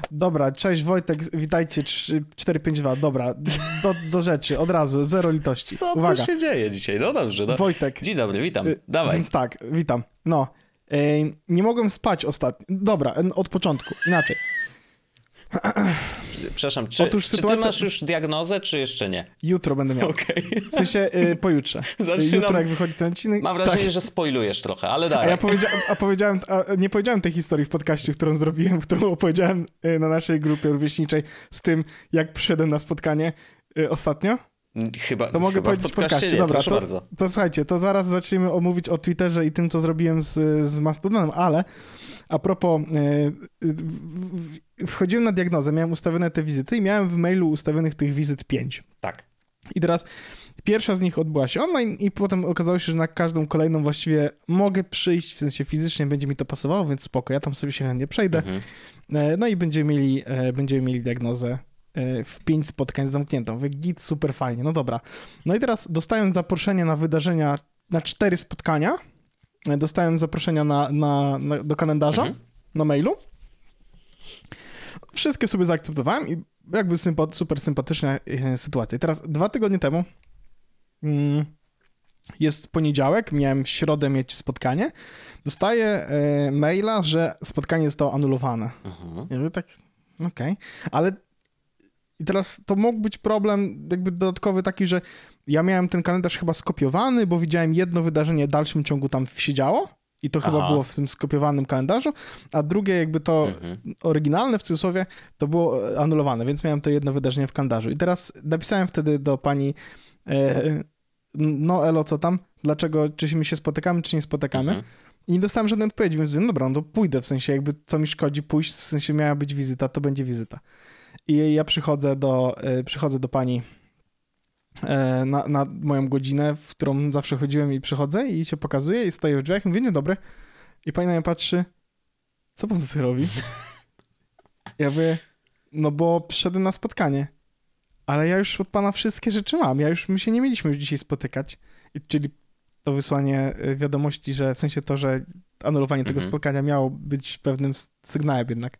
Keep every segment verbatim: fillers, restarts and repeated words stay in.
Dobra, cześć Wojtek, witajcie, cztery pięć dwa, dobra, do, do rzeczy, od razu, zero litości. Co Uwaga. tu się dzieje dzisiaj? No dobrze, no. Wojtek. Dzień dobry, witam, dawaj. Więc tak, witam, no. Nie mogłem spać ostatnio, dobra, od początku, inaczej. Przepraszam, czy, Otóż czy sytuacja... ty masz już diagnozę, czy jeszcze nie? Jutro będę miał. Okej. Okay. W sensie y, pojutrze. Zaczynam... Jutro jak wychodzi ten odcinek. Mam wrażenie, tak. że spoilujesz trochę, ale dalej. A ja powiedzia a powiedziałem, a nie powiedziałem tej historii w podcaście, którą zrobiłem, którą opowiedziałem na naszej grupie rówieśniczej z tym, jak przyszedłem na spotkanie y, ostatnio. Chyba, to mogę chyba powiedzieć w podcaście. Nie, Dobra, proszę to, bardzo. to słuchajcie, to zaraz zaczniemy omówić o Twitterze i tym, co zrobiłem z, z Mastodonem, ale a propos, yy, wchodziłem na diagnozę, miałem ustawione te wizyty i miałem w mailu ustawionych tych wizyt pięć. Tak. I teraz pierwsza z nich odbyła się online i potem okazało się, że na każdą kolejną właściwie mogę przyjść, w sensie fizycznie będzie mi to pasowało, więc spoko, ja tam sobie się chętnie przejdę. Mhm. No i będziemy mieli, będziemy mieli diagnozę w pięć spotkań zamkniętą. Mówię, git, super fajnie, no dobra. No i teraz dostałem zaproszenie na wydarzenia, na cztery spotkania. Dostałem zaproszenia na, na, na, do kalendarza, mhm. na mailu. Wszystkie sobie zaakceptowałem i jakby sympa, super sympatyczna sytuacja. I teraz dwa tygodnie temu mm, jest poniedziałek, miałem w środę mieć spotkanie. Dostaję e, maila, że spotkanie zostało anulowane. Mhm. Ja mówię tak, okej, okay. Ale i teraz to mógł być problem jakby dodatkowy taki, że ja miałem ten kalendarz chyba skopiowany, bo widziałem jedno wydarzenie w dalszym ciągu tam siedziało i to Aha. chyba było w tym skopiowanym kalendarzu, a drugie jakby to mhm. oryginalne w cudzysłowie to było anulowane, więc miałem to jedno wydarzenie w kalendarzu. I teraz napisałem wtedy do pani e, no elo, co tam? Dlaczego, czy my się spotykamy, czy nie spotykamy? Mhm. I nie dostałem żadnej odpowiedzi, więc no dobra, no to pójdę, w sensie jakby co mi szkodzi pójść, w sensie miała być wizyta, to będzie wizyta. I ja przychodzę do, przychodzę do pani na, na moją godzinę, w którą zawsze chodziłem i przychodzę i się pokazuję i stoję w drzwiach i mówię, dzień dobry. I pani na mnie patrzy, co pan tutaj robi? Ja mówię, no bo przyszedłem na spotkanie, ale ja już od pana wszystkie rzeczy mam, ja już, my się nie mieliśmy już dzisiaj spotykać. I, czyli to wysłanie wiadomości, że w sensie to, że anulowanie mhm. tego spotkania miało być pewnym sygnałem jednak.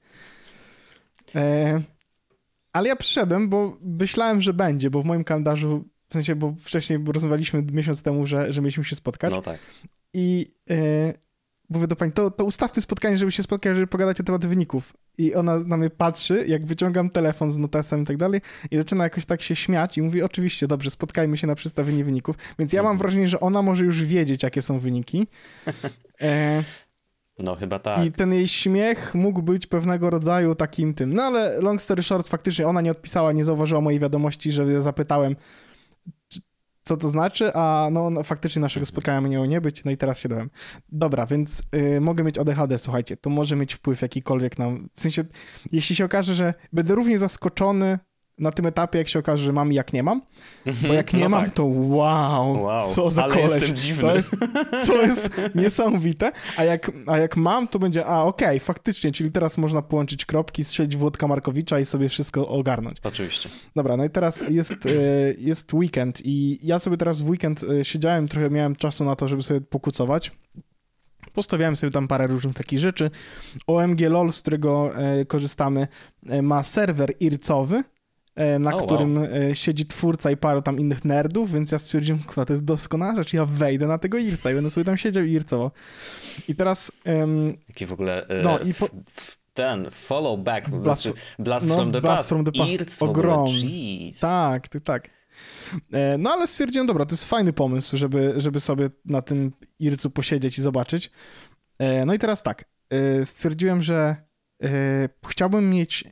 E Ale ja przyszedłem, bo myślałem, że będzie, bo w moim kalendarzu, w sensie, bo wcześniej rozmawialiśmy miesiąc temu, że, że mieliśmy się spotkać. No tak. I e, mówię do pani, to, to ustawmy spotkanie, żeby się spotkać, żeby pogadać na temat wyników. I ona na mnie patrzy, jak wyciągam telefon z notesem i tak dalej i zaczyna jakoś tak się śmiać i mówi, oczywiście, dobrze, spotkajmy się na przedstawienie wyników. Więc ja mam wrażenie, że ona może już wiedzieć, jakie są wyniki. E, No chyba tak. I ten jej śmiech mógł być pewnego rodzaju takim tym. No ale long story short, faktycznie ona nie odpisała, nie zauważyła mojej wiadomości, że ja zapytałem, co to znaczy, a no, no faktycznie naszego spotkania miało nie być, no i teraz się dałem. Dobra, więc y, mogę mieć A D H D, słuchajcie, to może mieć wpływ jakikolwiek na... W sensie, jeśli się okaże, że będę równie zaskoczony na tym etapie, jak się okaże, że mam i jak nie mam, bo jak nie no mam, tak. to wow, wow, co za ale koleś. Jestem dziwny. To jest, to jest niesamowite, a jak, a jak mam, to będzie, a okej, okay, faktycznie, czyli teraz można połączyć kropki, strzelić Włodka Markowicza i sobie wszystko ogarnąć. Oczywiście. Dobra, no i teraz jest, jest weekend i ja sobie teraz w weekend siedziałem, trochę miałem czasu na to, żeby sobie pokucować. Postawiałem sobie tam parę różnych takich rzeczy. O M G LOL, z którego korzystamy, ma serwer ircowy, na oh, którym wow. siedzi twórca i paru tam innych nerdów, więc ja stwierdziłem, kurwa, to jest doskonała rzecz, ja wejdę na tego irca i będę sobie tam siedział i ircował. I teraz... Um, Jaki w ogóle... E, no, i po, f, ten follow back, blast, znaczy blast no, from the blast past. From the past. Irc Ogrom. Jeez. Tak, tak, tak. E, no ale stwierdziłem, dobra, to jest fajny pomysł, żeby, żeby sobie na tym ircu posiedzieć i zobaczyć. E, no i teraz tak, e, stwierdziłem, że e, chciałbym mieć...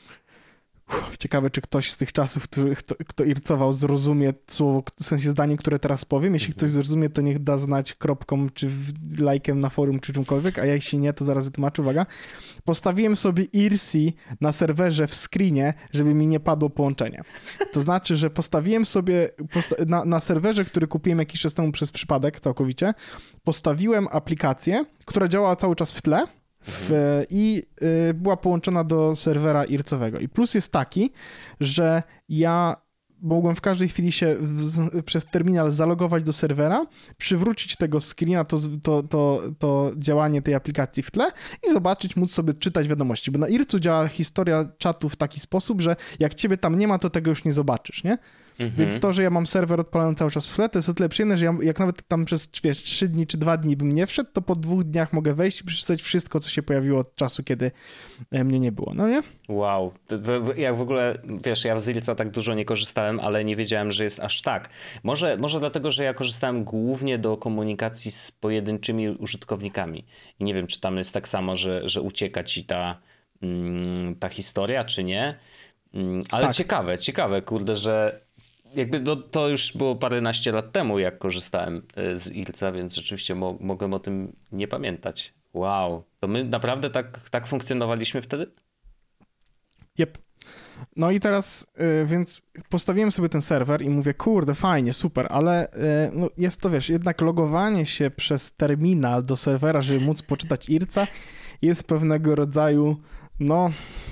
Ciekawe, czy ktoś z tych czasów, który, kto, kto ircował, zrozumie słowo, w sensie zdanie, które teraz powiem. Jeśli ktoś zrozumie, to niech da znać kropką, czy lajkiem na forum, czy czymkolwiek, a jeśli nie, to zaraz wytłumaczę. Uwaga. Postawiłem sobie I R C na serwerze w screenie, żeby mi nie padło połączenie. To znaczy, że postawiłem sobie posta- na, na serwerze, który kupiłem jakiś czas temu przez przypadek całkowicie, postawiłem aplikację, która działała cały czas w tle, W, i y, była połączona do serwera ircowego. I plus jest taki, że ja mogłem w każdej chwili się z, przez terminal zalogować do serwera, przywrócić tego screena, to, to, to, to działanie tej aplikacji w tle i zobaczyć, móc sobie czytać wiadomości, bo na Ircu działa historia czatu w taki sposób, że jak ciebie tam nie ma, to tego już nie zobaczysz, nie? Mhm. Więc to, że ja mam serwer odpalony cały czas w tle, to jest o tyle przyjemne, że ja, jak nawet tam przez, wiesz, trzy dni czy dwa dni bym nie wszedł, to po dwóch dniach mogę wejść i przeczytać wszystko, co się pojawiło od czasu, kiedy mnie nie było, no nie? Wow. Ja w ogóle, wiesz, ja z Irca tak dużo nie korzystałem, ale nie wiedziałem, że jest aż tak. Może, może dlatego, że ja korzystałem głównie do komunikacji z pojedynczymi użytkownikami. I nie wiem, czy tam jest tak samo, że, że ucieka ci ta, ta historia, czy nie. Ale tak. ciekawe, ciekawe, kurde, że jakby to, to już było paręnaście lat temu, jak korzystałem z Irca, więc rzeczywiście mo- mogłem o tym nie pamiętać. Wow, to my naprawdę tak, tak funkcjonowaliśmy wtedy? Jep. No i teraz, y, więc postawiłem sobie ten serwer i mówię, kurde, fajnie, super, ale y, no jest to, wiesz, jednak logowanie się przez terminal do serwera, żeby móc poczytać Irca, jest pewnego rodzaju, no,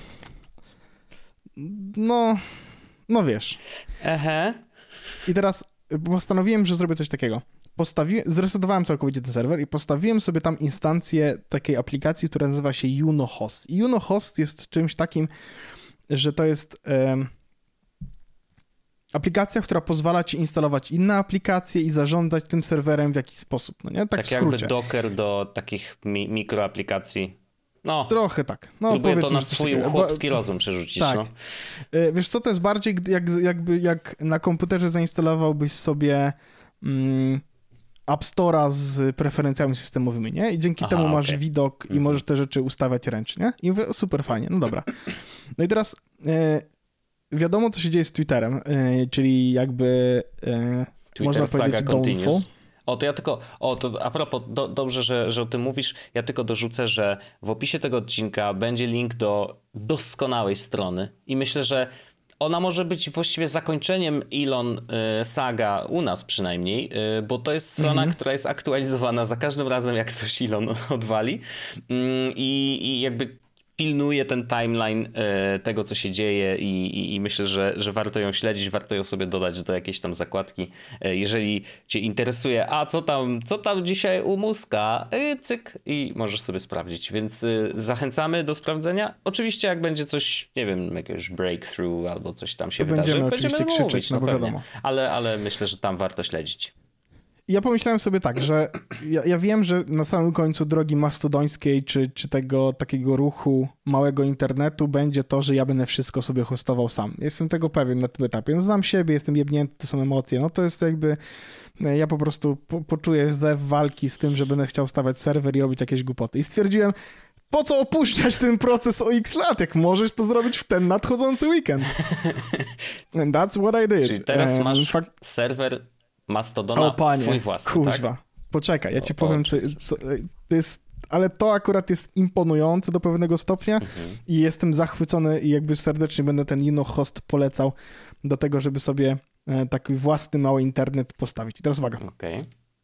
no, no wiesz. Aha. I teraz postanowiłem, że zrobię coś takiego. Postawiłem, zresetowałem całkowicie ten serwer i postawiłem sobie tam instancję takiej aplikacji, która nazywa się Unohost. I Unohost jest czymś takim, że to jest e, aplikacja, która pozwala ci instalować inne aplikacje i zarządzać tym serwerem w jakiś sposób, no nie? Tak, tak w skrócie. Jakby Docker do takich mi- mikroaplikacji. No, trochę tak. No, próbuję to na swój chłopski rozum przerzucić. Tak. No. Wiesz co, to jest bardziej jak, jakby jak na komputerze zainstalowałbyś sobie mm, App Store'a z preferencjami systemowymi, nie? I dzięki Aha, temu masz okay. widok i mm. możesz te rzeczy ustawiać ręcznie. I mówię, super fajnie, no dobra. No i teraz e, wiadomo, co się dzieje z Twitterem, e, czyli jakby e, Twitter można powiedzieć downfall. O, to ja tylko, o, to a propos, do, dobrze, że, że o tym mówisz, ja tylko dorzucę, że w opisie tego odcinka będzie link do doskonałej strony i myślę, że ona może być właściwie zakończeniem Elon y, saga, u nas przynajmniej, y, bo to jest strona, mm-hmm. która jest aktualizowana za każdym razem, jak coś Elon odwali y, i jakby pilnuje ten timeline y, tego, co się dzieje i, i, i myślę, że, że warto ją śledzić, warto ją sobie dodać do jakiejś tam zakładki. Y, jeżeli cię interesuje, a co tam, co tam dzisiaj u Muska, y, cyk i możesz sobie sprawdzić, więc y, zachęcamy do sprawdzenia. Oczywiście jak będzie coś, nie wiem, jakiegoś breakthrough albo coś tam się to wydarzy, będziemy będziemy oczywiście mówić, krzyczeć, no bo wiadomo. Ale, ale myślę, że tam warto śledzić. Ja pomyślałem sobie tak, że ja, ja wiem, że na samym końcu drogi mastodońskiej, czy, czy tego takiego ruchu małego internetu będzie to, że ja będę wszystko sobie hostował sam. Jestem tego pewien na tym etapie. No, znam siebie, jestem jebnięty, to są emocje. No to jest jakby, ja po prostu po, poczuję zew walki z tym, że będę chciał stawiać serwer i robić jakieś głupoty. I stwierdziłem, po co opuszczać ten proces o x lat, jak możesz to zrobić w ten nadchodzący weekend. And that's what I did. Czyli teraz um, masz fak- serwer Mastodona o, panie, swój własny, kuźwa. Tak? Poczekaj, ja ci o, powiem, co, co to jest, ale to akurat jest imponujące do pewnego stopnia mhm. i jestem zachwycony i jakby serdecznie będę ten Unohost polecał do tego, żeby sobie taki własny mały internet postawić. I teraz uwaga. Okay.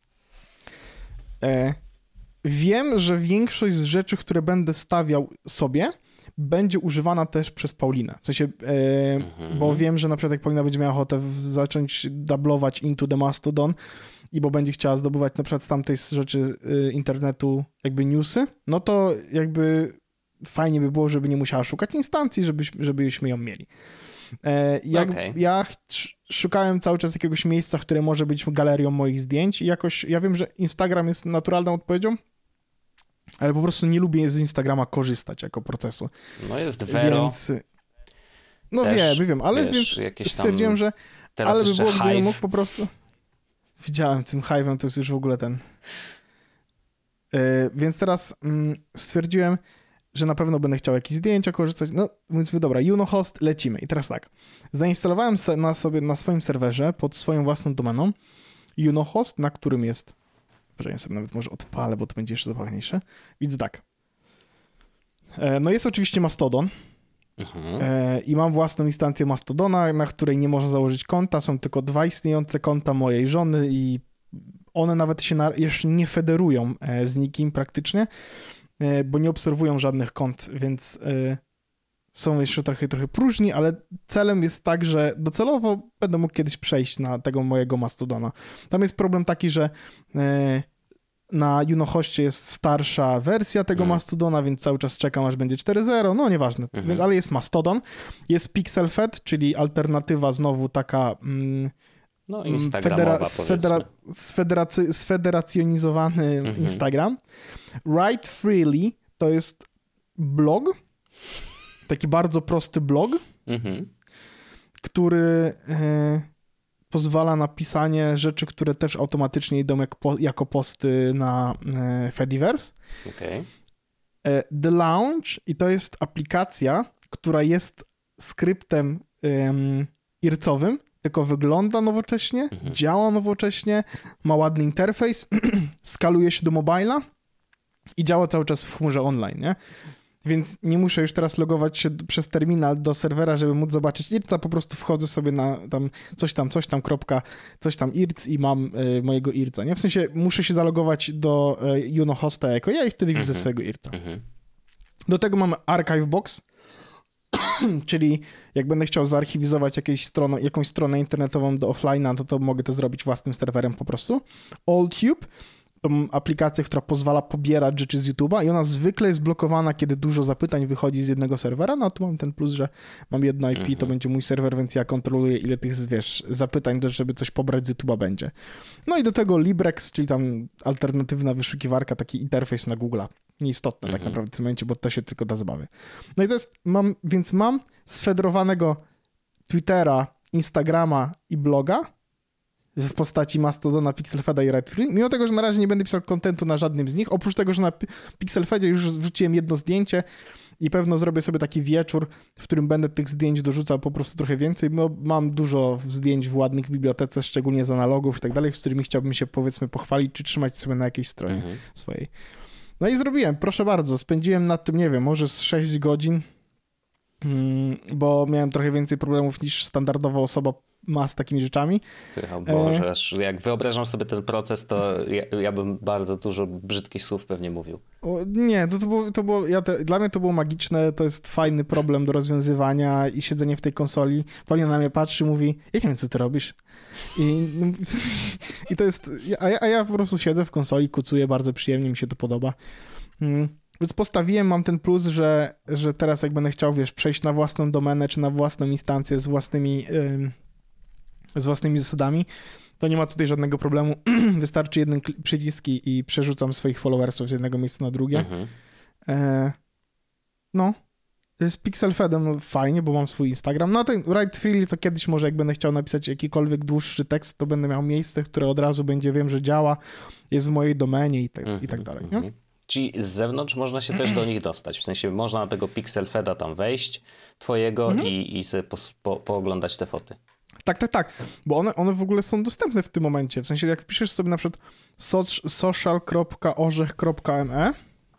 E, wiem, że większość z rzeczy, które będę stawiał sobie, będzie używana też przez Paulinę. W sensie, e, mhm. bo wiem, że na przykład jak Paulina będzie miała ochotę w, zacząć dublować into the Mastodon i bo będzie chciała zdobywać na przykład z tamtej rzeczy e, internetu jakby newsy, no to jakby fajnie by było, żeby nie musiała szukać instancji, żebyśmy, żebyśmy ją mieli. E, jak, okay. Ja ch- szukałem cały czas jakiegoś miejsca, które może być galerią moich zdjęć i jakoś, ja wiem, że Instagram jest naturalną odpowiedzią, ale po prostu nie lubię z Instagrama korzystać jako procesu. No jest Vero. Więc, no też, wiem, wiem, ale wiesz, więc stwierdziłem, że ale by było, gdybym mógł po prostu... Widziałem tym Hive'em, to jest już w ogóle ten... Yy, więc teraz mm, stwierdziłem, że na pewno będę chciał jakieś zdjęcia korzystać. No, więc dobra, Unohost, lecimy. I teraz tak, zainstalowałem na sobie, na swoim serwerze pod swoją własną domeną Unohost, na którym jest... Ja sobie nawet może odpalę, bo to będzie jeszcze zabawniejsze. Więc tak. No jest oczywiście Mastodon. Mhm. I mam własną instancję Mastodona, na której nie można założyć konta. Są tylko dwa istniejące konta mojej żony i one nawet się na, jeszcze nie federują z nikim praktycznie, bo nie obserwują żadnych kont, więc są jeszcze trochę, trochę próżni, ale celem jest tak, że docelowo będę mógł kiedyś przejść na tego mojego Mastodona. Tam jest problem taki, że e, na Unohoście jest starsza wersja tego mm. Mastodona, więc cały czas czekam, aż będzie cztery zero, no nieważne, mm-hmm. więc, ale jest Mastodon. Jest PixelFed, czyli alternatywa znowu taka... Mm, no instagramowa, federa- sfedera- sfederacy- sfederacjonizowany mm-hmm. Instagram. Write Freely to jest blog, taki bardzo prosty blog, mm-hmm. który e, pozwala na pisanie rzeczy, które też automatycznie idą jak po, jako posty na e, Fediverse. Okay. E, The Lounge i to jest aplikacja, która jest skryptem e, ircowym, tylko wygląda nowocześnie, mhm. działa nowocześnie, ma ładny interfejs, skaluje się do mobila i działa cały czas w chmurze online, nie? Więc nie muszę już teraz logować się przez terminal do serwera, żeby móc zobaczyć irca, po prostu wchodzę sobie na tam coś tam, coś tam, kropka, coś tam irc i mam y, mojego irca, nie? W sensie muszę się zalogować do y, Unohosta jako ja i wtedy widzę mhm. swojego irca. Mhm. Do tego mamy Archivebox, czyli jak będę chciał zarchiwizować jakąś stronę, jakąś stronę internetową do offline'a, to, to mogę to zrobić własnym serwerem po prostu. AllTube to aplikacja, która pozwala pobierać rzeczy z YouTube'a i ona zwykle jest blokowana, kiedy dużo zapytań wychodzi z jednego serwera. No tu mam ten plus, że mam jedno I P, mhm. to będzie mój serwer, więc ja kontroluję, ile tych, wiesz, zapytań, żeby coś pobrać z YouTube'a będzie. No i do tego Librex, czyli tam alternatywna wyszukiwarka, taki interfejs na Google'a. Nieistotne mhm. tak naprawdę w tym momencie, bo to się tylko da zabawy. No i to jest, mam, więc mam sfederowanego Twittera, Instagrama i bloga w postaci Mastodona, PixelFeda i WriteFree, mimo tego, że na razie nie będę pisał kontentu na żadnym z nich, oprócz tego, że na PixelFedzie już wrzuciłem jedno zdjęcie i pewno zrobię sobie taki wieczór, w którym będę tych zdjęć dorzucał po prostu trochę więcej, bo mam dużo zdjęć w ładnych bibliotece, szczególnie z analogów i tak dalej, z którymi chciałbym się powiedzmy pochwalić, czy trzymać sobie na jakiejś stronie mhm. swojej. No i zrobiłem, proszę bardzo, spędziłem nad tym, nie wiem, może z sześć godzin, bo miałem trochę więcej problemów niż standardowa osoba ma z takimi rzeczami. O Boże, e... jak wyobrażam sobie ten proces, to ja, ja bym bardzo dużo brzydkich słów pewnie mówił. O, nie, to, to było, to było ja te, dla mnie to było magiczne, to jest fajny problem do rozwiązywania i siedzenie w tej konsoli. Paulina na mnie patrzy i mówi, ja nie wiem, co ty robisz. I, i to jest, a ja, a ja po prostu siedzę w konsoli, kucuję, bardzo przyjemnie, mi się to podoba. Hmm. Więc postawiłem, mam ten plus, że, że teraz jak będę chciał, wiesz, przejść na własną domenę, czy na własną instancję z własnymi, yy, z własnymi zasadami, to nie ma tutaj żadnego problemu. Wystarczy jeden przycisk i przerzucam swoich followersów z jednego miejsca na drugie. Mhm. E, no. Z PixelFedem fajnie, bo mam swój Instagram. No ten Write Freely to kiedyś może jak będę chciał napisać jakikolwiek dłuższy tekst, to będę miał miejsce, które od razu będzie, wiem, że działa, jest w mojej domenie i, te, mhm, i tak dalej. Nie? Mhm. Czyli z zewnątrz można się też do nich dostać. W sensie można na tego PixelFeda tam wejść twojego mhm. i, i sobie po, po, pooglądać te foty. Tak, tak, tak, bo one, one w ogóle są dostępne w tym momencie. W sensie jak wpiszesz sobie na przykład social kropka orzech kropka em e.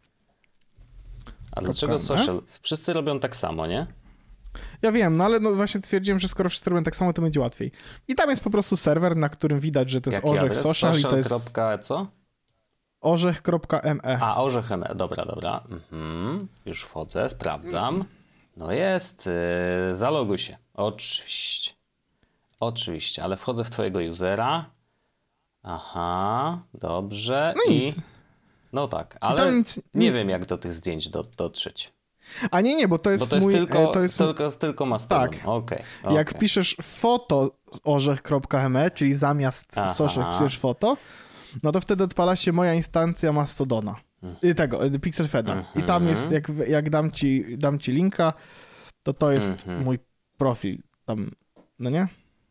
A dlaczego social? Wszyscy robią tak samo, nie? Ja wiem, no ale no właśnie stwierdziłem, że skoro wszyscy robią tak samo, to będzie łatwiej. I tam jest po prostu serwer, na którym widać, że to jest Jaki orzech social, social i to jest... Kropka co? orzech kropka em e. A, orzech kropka em e, dobra, dobra. Mhm. Już wchodzę, sprawdzam. No jest, yy, zaloguj się. Oczywiście. Oczywiście, ale wchodzę w twojego usera. Aha, dobrze. No i nic. No tak, ale nic, nie nic. wiem, jak do tych zdjęć do, dotrzeć. A nie, nie, bo to jest, bo to jest mój... Tylko, to jest tylko, tylko Mastodon. Tak. Okay, okay. Jak wpiszesz foto z orzech kropka em e, czyli zamiast soszek wpiszesz foto, no to wtedy odpala się moja instancja Mastodona. Hmm. Tego, PixelFeda. Hmm. I tam jest, jak, jak dam, ci, dam ci linka, to to jest hmm. mój profil. Tam, no nie?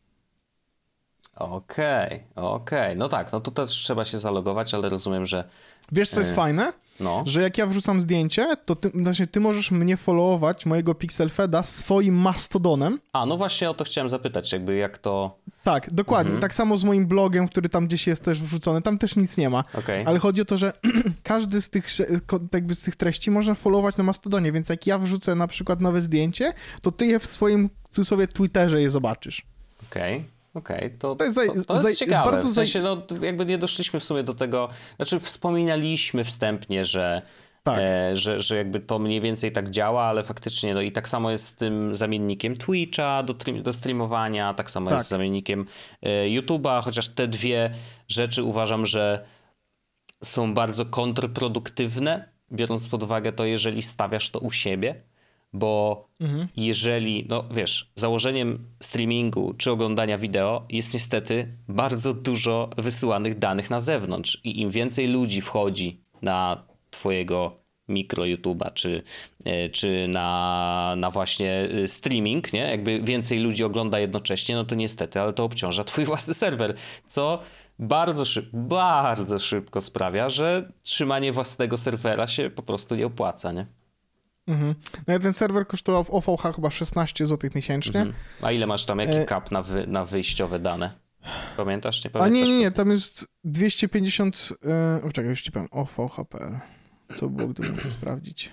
Okej, okay, okej. Okay. No tak, no to też trzeba się zalogować, ale rozumiem, że... Wiesz, co jest yy, fajne? No. Że jak ja wrzucam zdjęcie, to ty, znaczy ty możesz mnie followować, mojego PixelFeda, swoim Mastodonem. A, no właśnie o to chciałem zapytać, jakby jak to... Tak, dokładnie. Mhm. Tak samo z moim blogiem, który tam gdzieś jest też wrzucony, tam też nic nie ma. Okay. Ale chodzi o to, że każdy z tych, jakby z tych treści można followować na Mastodonie, więc jak ja wrzucę na przykład nowe zdjęcie, to ty je w swoim, w cudzysłowie, Twitterze je zobaczysz. Okej. Okay. Okej, okay, to, to jest, za, to, to jest za, ciekawe, bardzo w sensie no, jakby nie doszliśmy w sumie do tego, znaczy wspominaliśmy wstępnie, że Tak. E, że, że jakby to mniej więcej tak działa, ale faktycznie no i tak samo jest z tym zamiennikiem Twitcha do, do streamowania, tak samo Tak. jest z zamiennikiem e, YouTube'a, chociaż te dwie rzeczy uważam, że są bardzo kontrproduktywne, biorąc pod uwagę to, jeżeli stawiasz to u siebie, bo mhm. jeżeli, no wiesz, założeniem streamingu czy oglądania wideo jest niestety bardzo dużo wysyłanych danych na zewnątrz i im więcej ludzi wchodzi na twojego mikro YouTube'a czy, czy na, na właśnie streaming, nie? Jakby więcej ludzi ogląda jednocześnie, no to niestety, ale to obciąża twój własny serwer, co bardzo szybko, bardzo szybko sprawia, że trzymanie własnego serwera się po prostu nie opłaca, nie? Mhm. No ja ten serwer kosztował w O V H chyba szesnaście złotych miesięcznie. Mhm. A ile masz tam, jaki cap na, wy, na wyjściowe dane? Pamiętasz? Nie pamiętasz? A nie, nie, nie, tam jest dwieście pięćdziesiąt... Yy, czekaj, już ci powiem. O V H kropka P L. Co było, gdybym to sprawdzić?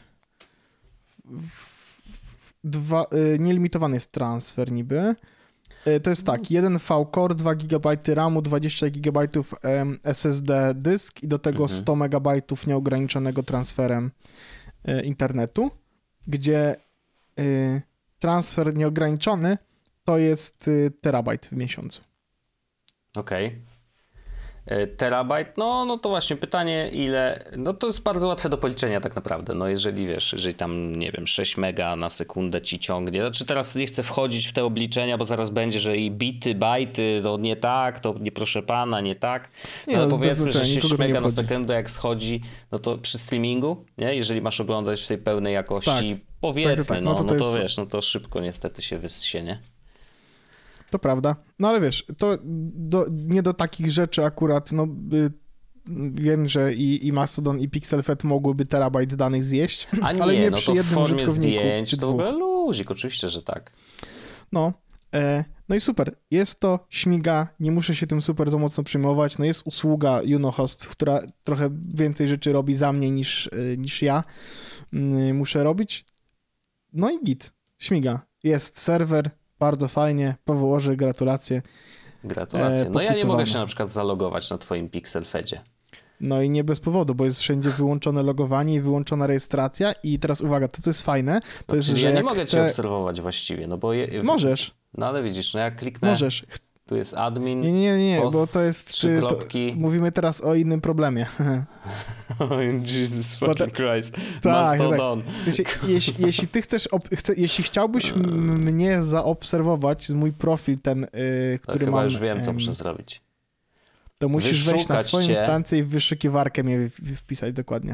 Dwa, yy, nielimitowany jest transfer niby. Yy, to jest tak, jeden V Core, dwa gigabajty ramu, dwadzieścia gigabajtów yy, S S D dysk i do tego mhm. sto megabajtów nieograniczonego transferem yy, internetu, gdzie yy, transfer nieograniczony to jest yy, terabajt w miesiącu. Okej. Okay. Terabajt, no, no to właśnie pytanie ile, no to jest bardzo łatwe do policzenia tak naprawdę, no jeżeli wiesz, jeżeli tam nie wiem sześć mega na sekundę ci ciągnie, znaczy teraz nie chcę wchodzić w te obliczenia, bo zaraz będzie, że i bity, bajty, to nie tak, to nie proszę pana, nie tak, no, nie, ale powiedzmy, że sześć mega na sekundę jak schodzi, no to przy streamingu, nie, jeżeli masz oglądać w tej pełnej jakości, tak, powiedzmy, tak, tak, no, no to, no to, to jest... wiesz, no to szybko niestety się wyssie, nie? To prawda. No ale wiesz, to do, nie do takich rzeczy akurat, no y, wiem, że i, i Mastodon i Pixelfed mogłyby terabajt danych zjeść, a nie, ale nie no przy to jednym w formie użytkowniku. Zdjęć, to w ogóle luzik, oczywiście, że tak. No, e, no i super. Jest to, śmiga, nie muszę się tym super za mocno przejmować. No jest usługa Unohost, która trochę więcej rzeczy robi za mnie niż, niż ja y, muszę robić. No i git, śmiga. Jest serwer, bardzo fajnie, powołoży, gratulacje. Gratulacje. No ja nie mogę się na przykład zalogować na twoim Pixelfedzie. No i nie bez powodu, bo jest wszędzie wyłączone logowanie i wyłączona rejestracja i teraz uwaga, to co jest fajne, to no, jest, czyli że ja nie mogę chcę... cię obserwować właściwie, no bo... Je... Możesz. No ale widzisz, no jak kliknę... Możesz. Tu jest admin, Nie, nie, nie, post, bo to jest... trzy kropki. To, mówimy teraz o innym problemie. Oh, Jesus fucking to, Christ. Tak, Mastodon. Tak. W sensie, jeśli, jeśli ty chcesz, ob, chce, jeśli chciałbyś m- mnie zaobserwować z mój profil ten, yy, który chyba mam... już wiem, co muszę zrobić. To musisz Wyszukać wejść na swoją cię. instancję i w wyszukiwarkę mnie wpisać dokładnie.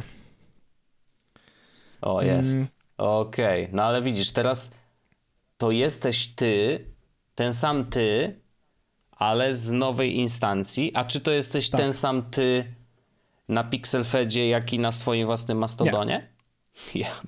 O, jest. Mm. Okej, okay. No ale widzisz, teraz to jesteś ty, ten sam ty, ale z nowej instancji. A czy to jesteś tak. ten sam ty na Pixelfedzie, jak i na swoim własnym Mastodonie? Nie. Ja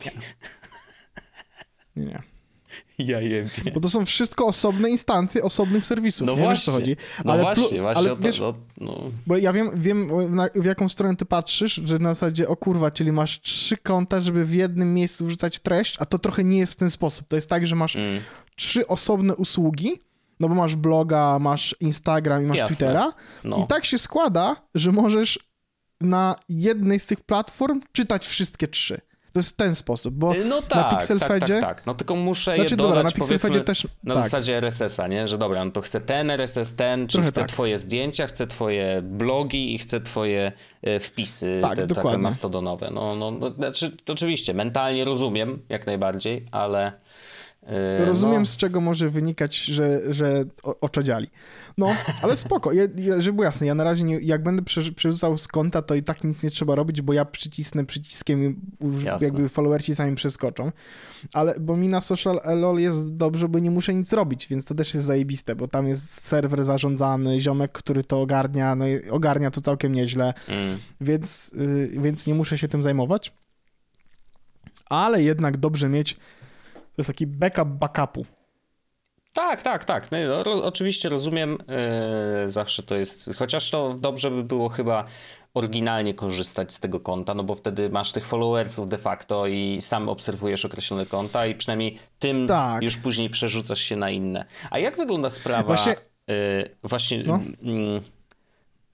nie. nie. Ja jebie. Bo to są wszystko osobne instancje osobnych serwisów. No nie właśnie. Wiesz, co chodzi. No ale właśnie, plu, właśnie ale o to, wiesz, no, no. Bo ja wiem, wiem na, w jaką stronę ty patrzysz, że na zasadzie, o kurwa, czyli masz trzy konta, żeby w jednym miejscu wrzucać treść, a to trochę nie jest w ten sposób. To jest tak, że masz mm. trzy osobne usługi, no bo masz bloga, masz Instagram i masz Jasne. Twittera No. i tak się składa, że możesz na jednej z tych platform czytać wszystkie trzy. To jest w ten sposób, bo no tak, na Pixelfedzie... Tak, tak, tak. No tylko muszę znaczy, je dobra, dodać, na powiedzmy, też, na tak. zasadzie R S S a, nie? Że dobra, no to chcę ten R S S, ten, czyli Trochę chcę tak. twoje zdjęcia, chcę twoje blogi i chcę twoje e, wpisy tak, te, dokładnie. takie mastodonowe. No, no, no znaczy, oczywiście, mentalnie rozumiem, jak najbardziej, ale... Rozumiem, no. z czego może wynikać, że, że oczadziali. No, ale spoko. Ja, ja, żeby było jasne, ja na razie nie, jak będę przerzucał z konta, to i tak nic nie trzeba robić, bo ja przycisnę przyciskiem i Jasne. jakby followersi sami przeskoczą. Ale, bo mi na Social L O L jest dobrze, bo nie muszę nic robić, więc to też jest zajebiste, bo tam jest serwer zarządzany, ziomek, który to ogarnia, no i ogarnia to całkiem nieźle, mm. więc, y, więc nie muszę się tym zajmować. Ale jednak dobrze mieć to jest taki backup backupu. Tak, tak, tak. No, ro, oczywiście rozumiem. Yy, zawsze to jest... Chociaż to dobrze by było chyba oryginalnie korzystać z tego konta, no bo wtedy masz tych followersów de facto i sam obserwujesz określone konta i przynajmniej tym tak. już później przerzucasz się na inne. A jak wygląda sprawa... Właśnie... Yy, właśnie no. yy,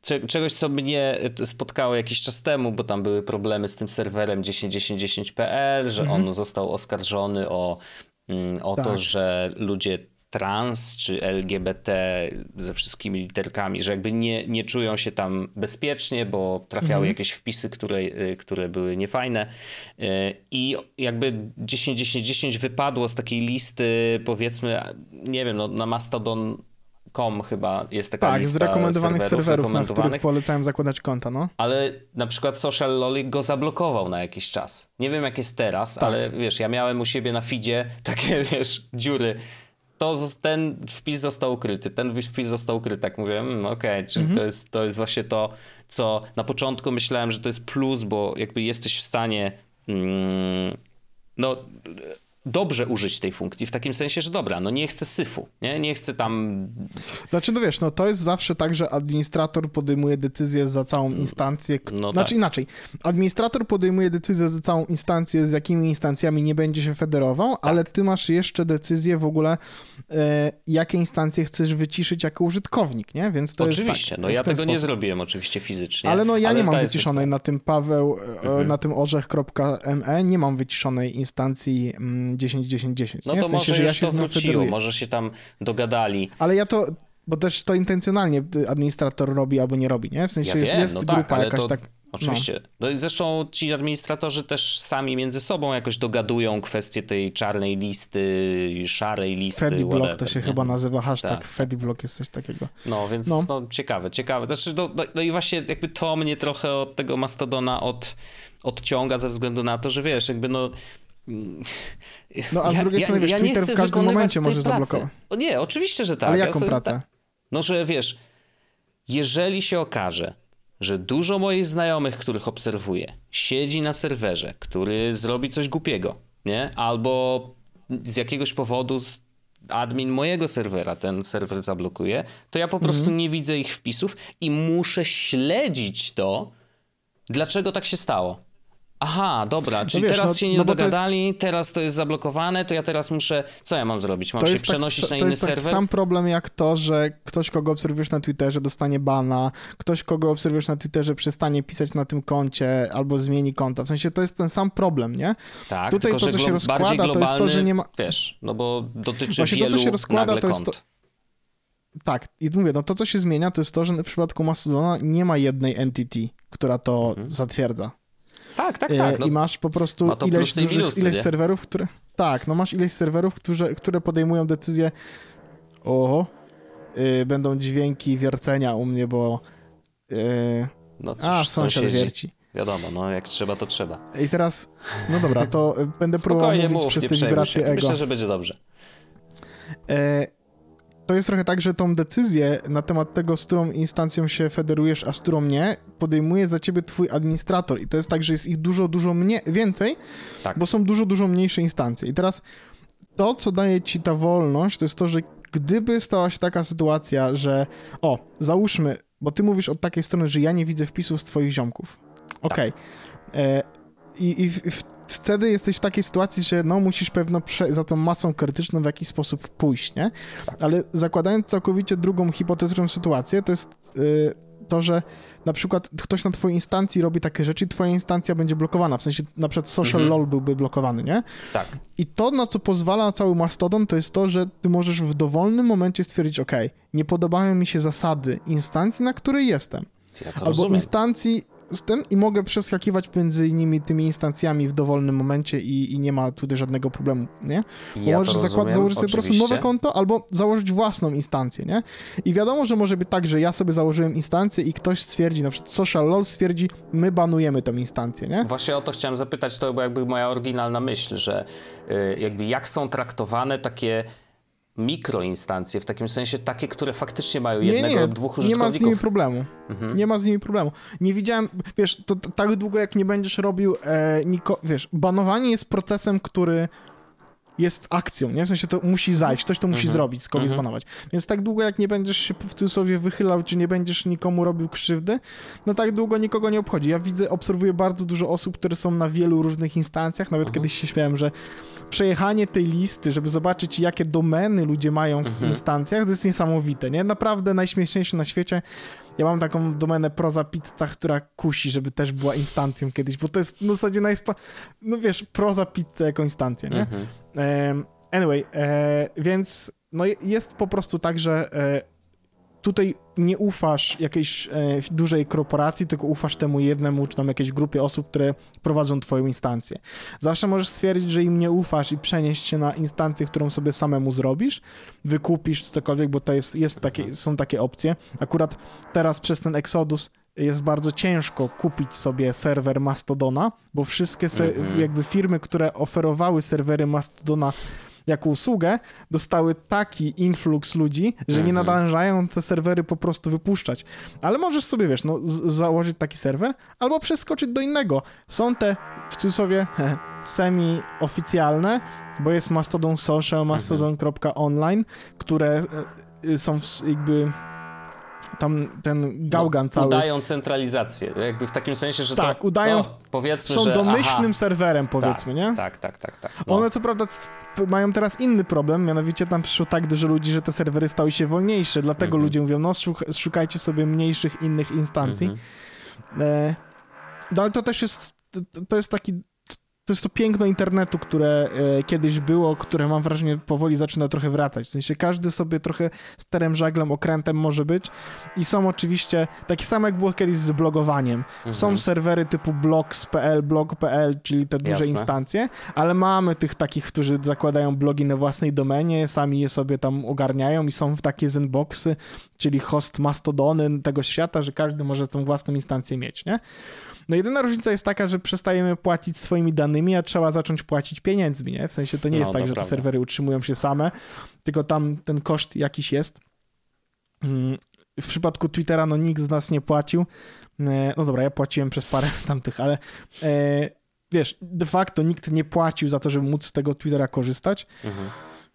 czegoś, co mnie spotkało jakiś czas temu, bo tam były problemy z tym serwerem dziesięć dziesięć dziesięć kropka p l, że mhm. on został oskarżony o, o tak. to, że ludzie trans czy L G B T ze wszystkimi literkami, że jakby nie, nie czują się tam bezpiecznie, bo trafiały mhm. jakieś wpisy, które, które były niefajne i jakby dziesięć dziesięć dziesięć wypadło z takiej listy, powiedzmy, nie wiem, no, na Mastodon kropka com chyba jest taka tak, lista z rekomendowanych serwerów, rekomendowanych, na których polecałem zakładać konta, no. Ale na przykład Social Lolly go zablokował na jakiś czas. Nie wiem jak jest teraz, tak. ale wiesz, ja miałem u siebie na feedzie takie, wiesz, dziury. To ten wpis został ukryty, ten wpis został ukryty. Tak mówię, mm, okej, okay, czyli mhm. to, jest, to jest właśnie to, co na początku myślałem, że to jest plus, bo jakby jesteś w stanie mm, no dobrze użyć tej funkcji, w takim sensie, że dobra, no nie chcę syfu, nie, nie chcę tam... Znaczy, no wiesz, no to jest zawsze tak, że administrator podejmuje decyzję za całą instancję, no znaczy tak. inaczej, administrator podejmuje decyzję za całą instancję, z jakimi instancjami nie będzie się federował, tak. ale ty masz jeszcze decyzję w ogóle, e, jakie instancje chcesz wyciszyć jako użytkownik, nie, więc to oczywiście, jest tak, no ja tego sposób. nie zrobiłem oczywiście fizycznie. Ale no ja ale nie mam wyciszonej na tym Paweł, mhm. na tym orzech kropka me, nie mam wyciszonej instancji mm, dziesięć dziesięć dziesięć. No nie? to w sensie, może że już ja się to wróciło, federuję. może się tam dogadali. Ale ja to, bo też to intencjonalnie administrator robi albo nie robi, nie? W sensie ja jest, wiem, jest no grupa tak, ale jakaś to, tak... Oczywiście. No. no i zresztą ci administratorzy też sami między sobą jakoś dogadują kwestię tej czarnej listy, szarej listy, Fediblock whatever, to się nie? chyba nazywa, hashtag tak. Fediblock jest coś takiego. No więc no. No, ciekawe, ciekawe. Znaczy, no, no, no i właśnie jakby to mnie trochę od tego Mastodona od, odciąga ze względu na to, że wiesz, jakby no... No a z drugiej ja, strony, wiesz, ja Twitter w każdym momencie może zablokować. O nie, oczywiście, że tak. Ale jaką ja pracę? Ta... No, że wiesz, jeżeli się okaże, że dużo moich znajomych, których obserwuję, siedzi na serwerze, który zrobi coś głupiego, nie? Albo z jakiegoś powodu admin mojego serwera ten serwer zablokuje, to ja po prostu mm. nie widzę ich wpisów i muszę śledzić to, dlaczego tak się stało. Aha, dobra, czyli no wiesz, teraz no, się nie no dogadali, to jest... teraz to jest zablokowane, to ja teraz muszę, co ja mam zrobić? Mam to się jest przenosić tak, na to inny jest serwer? To jest sam problem jak to, że ktoś, kogo obserwujesz na Twitterze, dostanie bana, ktoś, kogo obserwujesz na Twitterze, przestanie pisać na tym koncie albo zmieni konto. W sensie to jest ten sam problem, nie? Tak, tutaj tylko, to, co że się rozkłada, globalny, to jest to, że nie ma... Wiesz, no bo dotyczy Właśnie wielu to, co się rozkłada, nagle to jest kont. To... Tak, i mówię, no to, co się zmienia, to jest to, że w przypadku Mastodona nie ma jednej entity, która to mhm. zatwierdza. Tak, tak, tak. No, I masz po prostu ma ileś, dużych, minusy, ileś nie? serwerów, które... Tak, no masz ileś serwerów, które, które podejmują decyzję oho, yy, będą dźwięki wiercenia u mnie, bo yy, no cóż, a, sąsiad sąsiedzi. wierci. Wiadomo, no jak trzeba, to trzeba. I teraz, no dobra, to będę próbował mówić mów, przez nie te wibracje się. ego. Myślę, że będzie dobrze. Yy, To jest trochę tak, że tą decyzję na temat tego, z którą instancją się federujesz, a z którą nie, podejmuje za ciebie twój administrator. I to jest tak, że jest ich dużo, dużo mnie- więcej, tak. bo są dużo, dużo mniejsze instancje. I teraz to, co daje ci ta wolność, to jest to, że gdyby stała się taka sytuacja, że o, załóżmy, bo ty mówisz od takiej strony, że ja nie widzę wpisów z twoich ziomków. Okej. Okay. Tak. I, i w, wtedy jesteś w takiej sytuacji, że no musisz pewno prze- za tą masą krytyczną w jakiś sposób pójść, nie? Ale zakładając całkowicie drugą hipotetyczną sytuację, to jest yy, to, że na przykład ktoś na twojej instancji robi takie rzeczy i twoja instancja będzie blokowana, w sensie na przykład Social mhm. LOL byłby blokowany, nie? Tak. I to, na co pozwala cały Mastodon, to jest to, że ty możesz w dowolnym momencie stwierdzić, ok, nie podobają mi się zasady instancji, na której jestem. Ja to Albo rozumiem. instancji ten i mogę przeskakiwać między nimi tymi instancjami w dowolnym momencie i, i nie ma tutaj żadnego problemu, nie? Bo ja możesz zakład- założyć sobie po prostu nowe konto albo założyć własną instancję, nie? I wiadomo, że może być tak, że ja sobie założyłem instancję i ktoś stwierdzi, na przykład Social LOL stwierdzi, my banujemy tą instancję, nie? Właśnie o to chciałem zapytać, to była jakby moja oryginalna myśl, że y, jakby jak są traktowane takie mikroinstancje, w takim sensie takie, które faktycznie mają jednego nie, nie, lub dwóch użytkowników. Nie ma z nimi problemu. Mhm. Nie ma z nimi problemu. Nie widziałem, wiesz, to, to tak długo jak nie będziesz robił, e, niko, wiesz, banowanie jest procesem, który jest akcją, nie? W sensie to musi zajść, ktoś to musi mhm. zrobić, kogoś mhm. zbanować. Więc tak długo jak nie będziesz się w cudzysłowie wychylał, czy nie będziesz nikomu robił krzywdy, no tak długo nikogo nie obchodzi. Ja widzę, obserwuję bardzo dużo osób, które są na wielu różnych instancjach, nawet mhm. kiedyś się śmiałem, że przejechanie tej listy, żeby zobaczyć, jakie domeny ludzie mają w mhm. instancjach, to jest niesamowite, nie? Naprawdę najśmieszniejsze na świecie. ja mam taką domenę Proza Pizza, która kusi, żeby też była instancją kiedyś, bo to jest w zasadzie najspa... No wiesz, Proza Pizza jako instancja, nie? Mhm. Um, anyway, e, więc no jest po prostu tak, że e, tutaj nie ufasz jakiejś e, dużej korporacji, tylko ufasz temu jednemu, czy tam jakiejś grupie osób, które prowadzą twoją instancję. Zawsze możesz stwierdzić, że im nie ufasz i przenieść się na instancję, którą sobie samemu zrobisz, wykupisz cokolwiek, bo to jest, jest takie, są takie opcje. Akurat teraz przez ten Exodus jest bardzo ciężko kupić sobie serwer Mastodona, bo wszystkie se- mm-hmm. jakby firmy, które oferowały serwery Mastodona jako usługę, dostały taki influx ludzi, że nie nadążają te serwery po prostu wypuszczać. Ale możesz sobie, wiesz, no, z- założyć taki serwer albo przeskoczyć do innego. Są te, w cudzysłowie, semi-oficjalne, bo jest Mastodon Social, mastodon kropka online, które y, są w, jakby... Tam ten gałgan no, cały. Udają centralizację, jakby w takim sensie, że tak, to udają, no, powiedzmy, są że, domyślnym aha, serwerem, powiedzmy, tak, nie? Tak, tak, tak. tak no. One co prawda mają teraz inny problem, mianowicie tam przyszło tak dużo ludzi, że te serwery stały się wolniejsze, dlatego mm-hmm. ludzie mówią, no szukajcie sobie mniejszych innych instancji. Mm-hmm. E, no ale to też jest, to, to jest taki to jest to piękno internetu, które e, kiedyś było, które mam wrażenie powoli zaczyna trochę wracać. W sensie każdy sobie trochę sterem, żaglem, okrętem może być i są oczywiście, takie samo jak było kiedyś z blogowaniem. Mhm. Są serwery typu blogs kropka p l, blog kropka p l, czyli te duże Jasne. instancje, ale mamy tych takich, którzy zakładają blogi na własnej domenie, sami je sobie tam ogarniają i są w takie zenboxy, czyli host Mastodony tego świata, że każdy może tą własną instancję mieć, nie? No jedyna różnica jest taka, że przestajemy płacić swoimi danymi, a trzeba zacząć płacić pieniędzmi, nie? W sensie to nie jest no, tak, że prawda. Te serwery utrzymują się same, tylko tam ten koszt jakiś jest. W przypadku Twittera no nikt z nas nie płacił. No dobra, ja płaciłem przez parę tamtych, ale wiesz, de facto nikt nie płacił za to, żeby móc z tego Twittera korzystać. Mhm.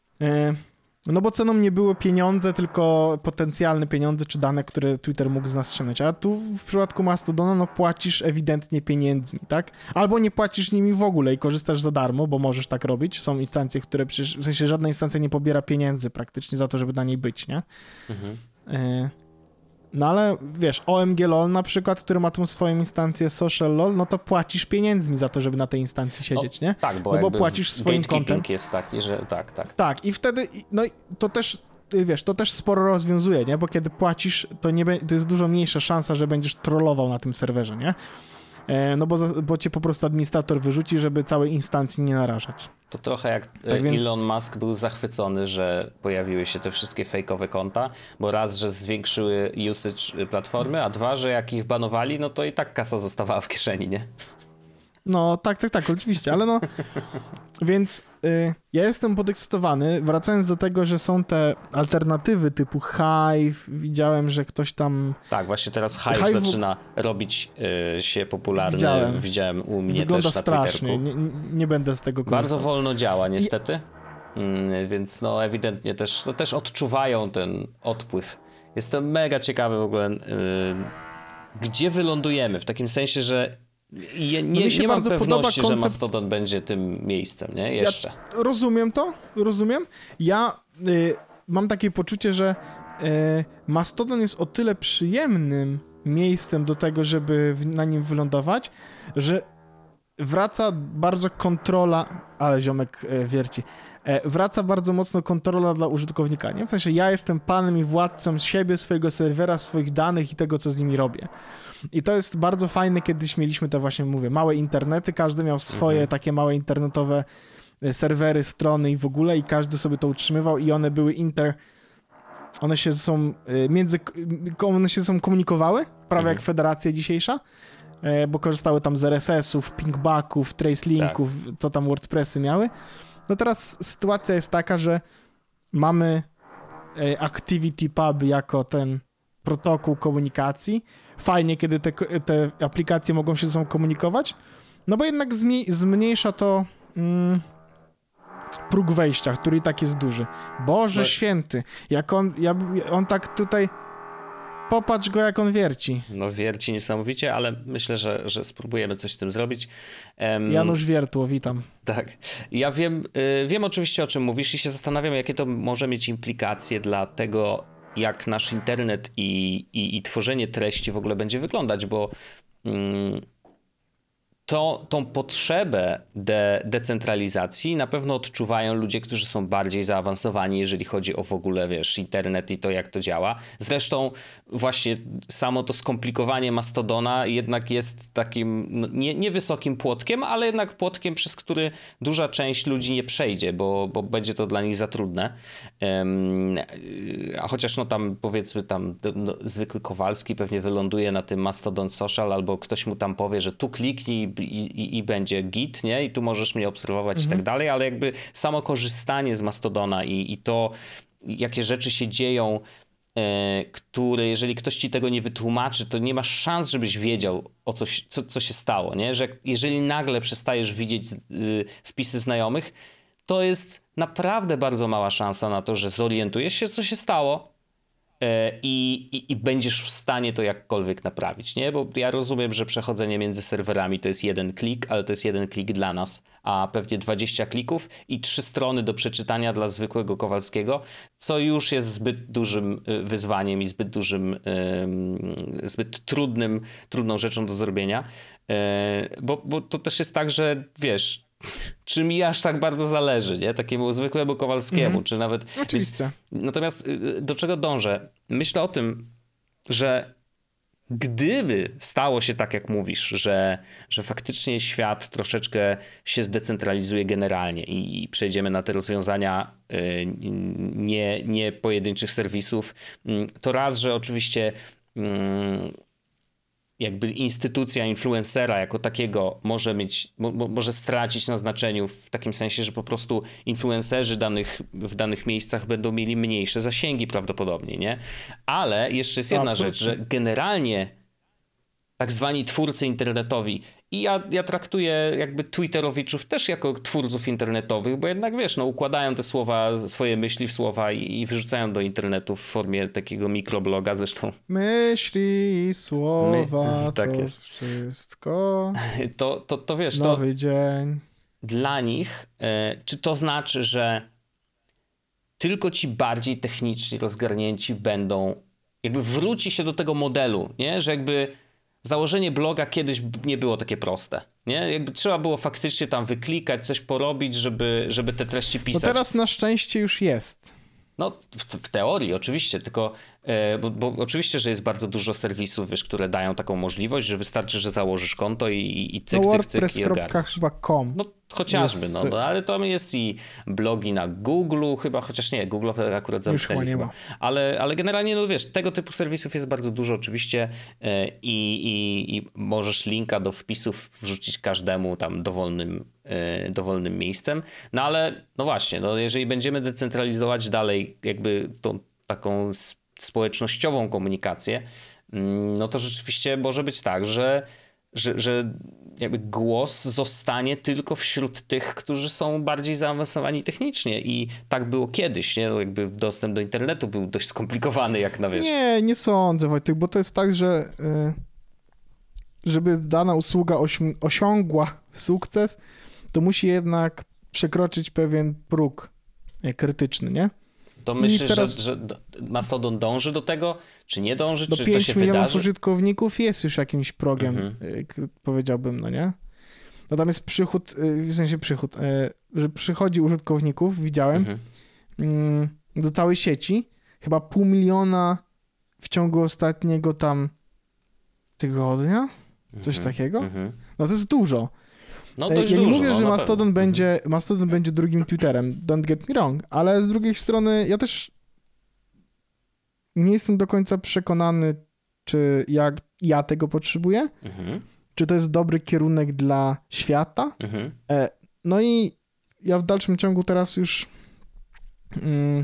No bo ceną nie były pieniądze, tylko potencjalne pieniądze czy dane, które Twitter mógł z nas ściągnąć. A tu w przypadku Mastodona no płacisz ewidentnie pieniędzmi, tak? Albo nie płacisz nimi w ogóle i korzystasz za darmo, bo możesz tak robić. Są instancje, które przecież, w sensie żadna instancja nie pobiera pieniędzy praktycznie za to, żeby na niej być, nie? Mhm. Y- No ale wiesz, O M G L O L na przykład, który ma tą swoją instancję Social L O L, no to płacisz pieniędzmi za to, żeby na tej instancji siedzieć, no, nie? Tak, bo, no bo płacisz swoim kontem. jest taki, że tak, tak. Tak, i wtedy, no to też, wiesz, to też sporo rozwiązuje, nie? Bo kiedy płacisz, to, nie be, to jest dużo mniejsza szansa, że będziesz trollował na tym serwerze, nie? No bo, bo cię po prostu administrator wyrzuci, żeby całej instancji nie narażać. To trochę jak tak więc... Elon Musk był zachwycony, że pojawiły się te wszystkie fejkowe konta, bo raz, że zwiększyły usage platformy, a dwa, że jak ich banowali, no to i tak kasa zostawała w kieszeni, nie? No tak, tak, tak, oczywiście, ale no więc y, ja jestem podekscytowany, wracając do tego, że są te alternatywy typu Hive, widziałem, że ktoś tam... Tak, właśnie teraz Hive, Hive... zaczyna robić y, się popularny, widziałem, widziałem u mnie Wygląda też na strasznie, nie, nie będę z tego korzystał. Bardzo wolno działa niestety, I... mm, więc no ewidentnie też, no, też odczuwają ten odpływ. Jestem mega ciekawy w ogóle, y, gdzie wylądujemy, w takim sensie, że Je, nie, no nie mam pewności, koncept... że Mastodon będzie tym miejscem, nie? Jeszcze. Ja rozumiem to, rozumiem. Ja y, mam takie poczucie, że y, Mastodon jest o tyle przyjemnym miejscem do tego, żeby w, na nim wylądować, że wraca bardzo kontrola, ale ziomek y, wierci, y, wraca bardzo mocno kontrola dla użytkownika, nie? W sensie ja jestem panem i władcą z siebie, swojego serwera, swoich danych i tego, co z nimi robię. I to jest bardzo fajne, kiedyś mieliśmy te właśnie, mówię, małe internety, każdy miał swoje mhm. takie małe internetowe serwery, strony i w ogóle i każdy sobie to utrzymywał i one były inter... One się są między... One się są komunikowały, prawie mhm. jak federacja dzisiejsza, bo korzystały tam z R S S-ów, pingbacków, tracelinków, tak. co tam WordPressy miały. No teraz sytuacja jest taka, że mamy ActivityPub jako ten protokół komunikacji. Fajnie, kiedy te, te aplikacje mogą się ze sobą komunikować, no bo jednak zmi- zmniejsza to mm, próg wejścia, który i tak jest duży. Boże no. święty, jak on, ja, on tak tutaj, popatrz go, jak on wierci. No wierci niesamowicie, ale myślę, że, że spróbujemy coś z tym zrobić. Um, Janusz Wiertło, witam. Tak. Ja wiem, y, wiem oczywiście, o czym mówisz i się zastanawiam, jakie to może mieć implikacje dla tego, jak nasz internet i, i, i tworzenie treści w ogóle będzie wyglądać, bo mm, to, tą potrzebę de, decentralizacji na pewno odczuwają ludzie, którzy są bardziej zaawansowani, jeżeli chodzi o w ogóle, wiesz, internet i to, jak to działa. Zresztą właśnie samo to skomplikowanie Mastodona jednak jest takim no, nie, niewysokim płotkiem, ale jednak płotkiem, przez który duża część ludzi nie przejdzie, bo, bo będzie to dla nich za trudne. Um, a chociaż no tam powiedzmy tam no, zwykły Kowalski pewnie wyląduje na tym Mastodon Social, albo ktoś mu tam powie, że tu kliknij I, i, i będzie git, nie? I tu możesz mnie obserwować mhm. i tak dalej, ale jakby samo korzystanie z Mastodona i, i to, jakie rzeczy się dzieją, e, które jeżeli ktoś ci tego nie wytłumaczy, to nie masz szans, żebyś wiedział, o coś, co, co się stało, nie? Że jeżeli nagle przestajesz widzieć y, wpisy znajomych, to jest naprawdę bardzo mała szansa na to, że zorientujesz się, co się stało, I, i, i będziesz w stanie to jakkolwiek naprawić, nie? Bo ja rozumiem, że przechodzenie między serwerami to jest jeden klik, ale to jest jeden klik dla nas, a pewnie dwadzieścia klików i trzy strony do przeczytania dla zwykłego Kowalskiego, co już jest zbyt dużym wyzwaniem i zbyt dużym, zbyt trudnym, trudną rzeczą do zrobienia, bo, bo to też jest tak, że wiesz, czy mi aż tak bardzo zależy, nie? Takiemu zwykłemu Kowalskiemu, mm-hmm. czy nawet... Oczywiście. Więc, natomiast do czego dążę? Myślę o tym, że gdyby stało się tak, jak mówisz, że, że faktycznie świat troszeczkę się zdecentralizuje generalnie i, i przejdziemy na te rozwiązania y, nie, nie pojedynczych serwisów, to raz, że oczywiście... Y, jakby instytucja influencera jako takiego może mieć, mo, może stracić na znaczeniu w takim sensie, że po prostu influencerzy danych, w danych miejscach będą mieli mniejsze zasięgi prawdopodobnie, nie? Ale jeszcze jest jedna Absolutnie. rzecz, że generalnie tak zwani twórcy internetowi i ja, ja traktuję jakby Twitterowiczów też jako twórców internetowych, bo jednak wiesz, no układają te słowa, swoje myśli w słowa i, i wyrzucają do internetu w formie takiego mikrobloga zresztą. Myśli, słowa, My, tak to jest. Wszystko. To, to, to wiesz, Nowy to dzień. Dla nich, e, czy to znaczy, że tylko ci bardziej techniczni rozgarnięci będą, jakby wróci się do tego modelu, nie? Że jakby założenie bloga kiedyś nie było takie proste, nie? Jakby trzeba było faktycznie tam wyklikać, coś porobić, żeby, żeby te treści pisać. No teraz na szczęście już jest. No w, w teorii oczywiście, tylko e, bo, bo oczywiście, że jest bardzo dużo serwisów, wiesz, które dają taką możliwość, że wystarczy, że założysz konto i, i cyk, no, cyk, cyk i WordPress kropka com. No chociażby, jest... no, no, ale to jest i blogi na Google chyba, chociaż nie, Google akurat zamknęli chyba. chyba. Ale, ale generalnie, no wiesz, tego typu serwisów jest bardzo dużo oczywiście e, i, i, i możesz linka do wpisów wrzucić każdemu tam dowolnym, e, dowolnym miejscem. No ale, no właśnie, no jeżeli będziemy decentralizować dalej jakby tą taką społecznościową komunikację, no to rzeczywiście może być tak, że Że, że jakby głos zostanie tylko wśród tych, którzy są bardziej zaawansowani technicznie i tak było kiedyś, nie? No jakby dostęp do internetu był dość skomplikowany, jak na wiesz. Nie, nie sądzę, Wojtek, bo to jest tak, że żeby dana usługa osią- osiągła sukces, to musi jednak przekroczyć pewien próg krytyczny, nie? To myślisz, teraz... że, że Mastodon dąży do tego, czy nie dąży, do czy to się pięć milionów wydarzy? użytkowników jest już jakimś progiem, Mhm. powiedziałbym, no nie? Natomiast przychód, w sensie przychód, że przychodzi użytkowników, widziałem, mhm. do całej sieci, chyba pół miliona w ciągu ostatniego tam tygodnia, coś mhm. takiego. Mhm. No to jest dużo. No dość ja nie dużo, mówię, no, że na Mastodon pewno. będzie, Mhm. Mastodon będzie drugim Twitterem, don't get me wrong, ale z drugiej strony ja też nie jestem do końca przekonany, czy jak ja tego potrzebuję, Mhm. czy to jest dobry kierunek dla świata. Mhm. No i ja w dalszym ciągu teraz już mm,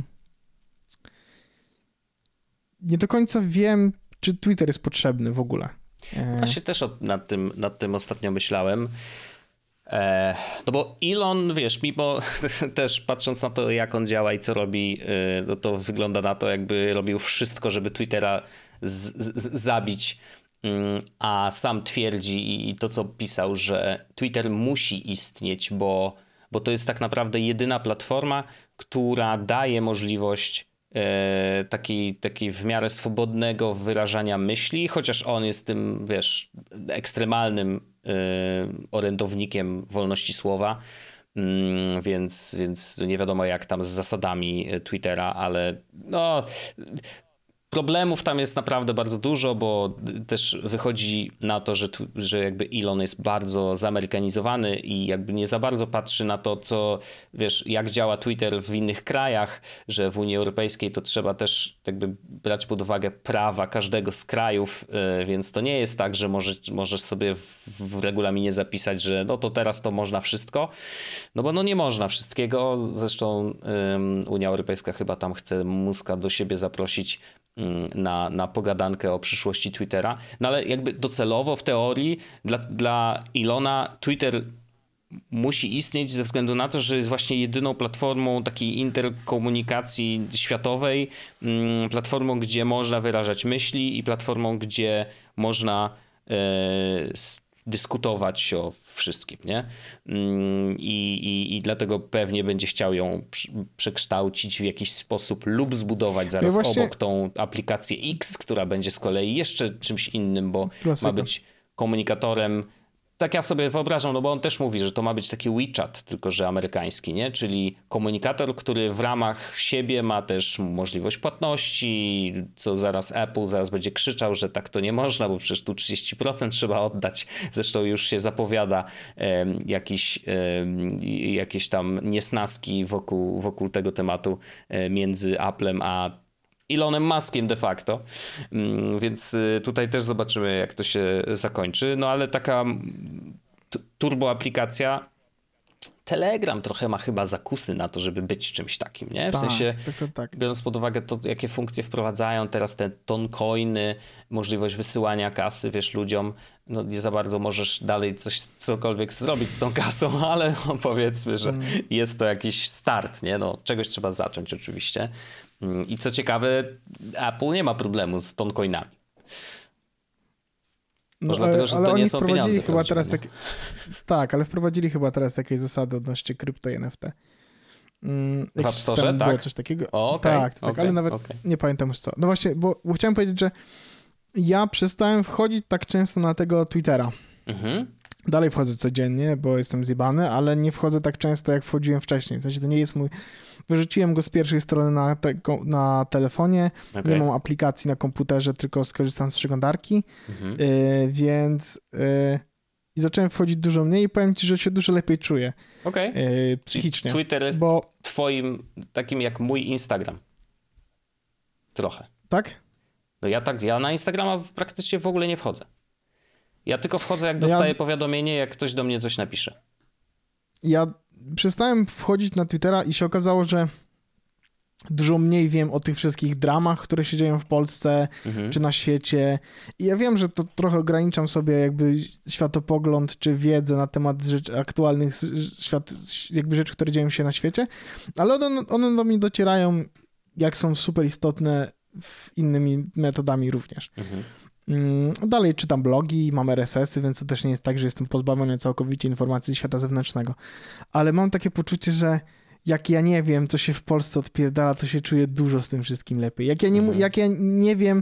nie do końca wiem, czy Twitter jest potrzebny w ogóle. Właśnie też od, nad, tym, nad tym ostatnio myślałem. E, no bo Elon, wiesz, mimo też patrząc na to, jak on działa i co robi, no to wygląda na to, jakby robił wszystko, żeby Twittera z, z, zabić, a sam twierdzi i to, co pisał, że Twitter musi istnieć, bo, bo to jest tak naprawdę jedyna platforma, która daje możliwość e, taki, taki w miarę swobodnego wyrażania myśli, chociaż on jest tym, wiesz, ekstremalnym e, orędownikiem wolności słowa, mm, więc, więc nie wiadomo jak tam z zasadami Twittera, ale no... Problemów tam jest naprawdę bardzo dużo, bo też wychodzi na to, że, że jakby Elon jest bardzo zamerykanizowany i jakby nie za bardzo patrzy na to, co, wiesz, jak działa Twitter w innych krajach, że w Unii Europejskiej to trzeba też jakby brać pod uwagę prawa każdego z krajów, więc to nie jest tak, że możesz, możesz sobie w, w regulaminie zapisać, że no to teraz to można wszystko, no bo no nie można wszystkiego, zresztą um, Unia Europejska chyba tam chce Muska do siebie zaprosić na, na pogadankę o przyszłości Twittera. No ale jakby docelowo w teorii dla, dla Elona Twitter musi istnieć ze względu na to, że jest właśnie jedyną platformą takiej interkomunikacji światowej, platformą, gdzie można wyrażać myśli i platformą, gdzie można e, dyskutować o wszystkim, nie? I, i, i dlatego pewnie będzie chciał ją przekształcić w jakiś sposób lub zbudować zaraz ja właśnie... obok tą aplikację X, która będzie z kolei jeszcze czymś innym, bo Klasyka. ma być komunikatorem. Tak ja sobie wyobrażam, no bo on też mówi, że to ma być taki WeChat, tylko że amerykański, nie? Czyli komunikator, który w ramach siebie ma też możliwość płatności, co zaraz Apple zaraz będzie krzyczał, że tak to nie można, bo przecież tu trzydzieści procent trzeba oddać. Zresztą już się zapowiada um, jakiś, um, jakieś tam niesnaski wokół, wokół tego tematu um, między Applem a Elonem Muskiem de facto, więc tutaj też zobaczymy jak to się zakończy, no ale taka t- turbo aplikacja, Telegram trochę ma chyba zakusy na to, żeby być czymś takim, nie? W tak, sensie, tak, tak, tak. biorąc pod uwagę to, jakie funkcje wprowadzają, teraz te toncoiny, możliwość wysyłania kasy, wiesz, ludziom, no nie za bardzo możesz dalej coś, cokolwiek zrobić z tą kasą, ale no, powiedzmy, że mm. jest to jakiś start, nie? No, czegoś trzeba zacząć oczywiście. I co ciekawe, Apple nie ma problemu z toncoinami. No, ale, dlatego, że ale to oni nie są wprowadzili chyba teraz jak... Tak, ale wprowadzili chyba teraz jakieś zasady odnośnie krypto i N F T. Hmm, w App Store, tak? Było coś takiego. O, okay, tak, tak okay, ale nawet okay. nie pamiętam już co. No właśnie, bo, bo chciałem powiedzieć, że ja przestałem wchodzić tak często na tego Twittera. Mhm. Dalej wchodzę codziennie, bo jestem zjebany, ale nie wchodzę tak często, jak wchodziłem wcześniej. W sensie to nie jest mój... Wyrzuciłem go z pierwszej strony na, te, na telefonie, okay. Nie mam aplikacji na komputerze, tylko skorzystam z przeglądarki, mhm. y, więc y, i zacząłem wchodzić dużo mniej i powiem ci, że się dużo lepiej czuję okay. y, psychicznie. Twitter jest bo... twoim takim jak mój Instagram. Trochę. Tak? No ja tak, ja na Instagrama praktycznie w ogóle nie wchodzę. Ja tylko wchodzę, jak dostaję ja... powiadomienie, jak ktoś do mnie coś napisze. Ja przestałem wchodzić na Twittera i się okazało, że dużo mniej wiem o tych wszystkich dramach, które się dzieją w Polsce mhm. czy na świecie. I ja wiem, że to trochę ograniczam sobie jakby światopogląd czy wiedzę na temat rzeczy aktualnych, świat, jakby rzeczy, które dzieją się na świecie, ale one, one do mnie docierają, jak są super istotne w innymi metodami również. Mhm. Dalej czytam blogi, mam R S S y, więc to też nie jest tak, że jestem pozbawiony całkowicie informacji ze świata zewnętrznego. Ale mam takie poczucie, że jak ja nie wiem, co się w Polsce odpierdala, to się czuję dużo z tym wszystkim lepiej. Jak ja nie, mhm. jak ja nie wiem...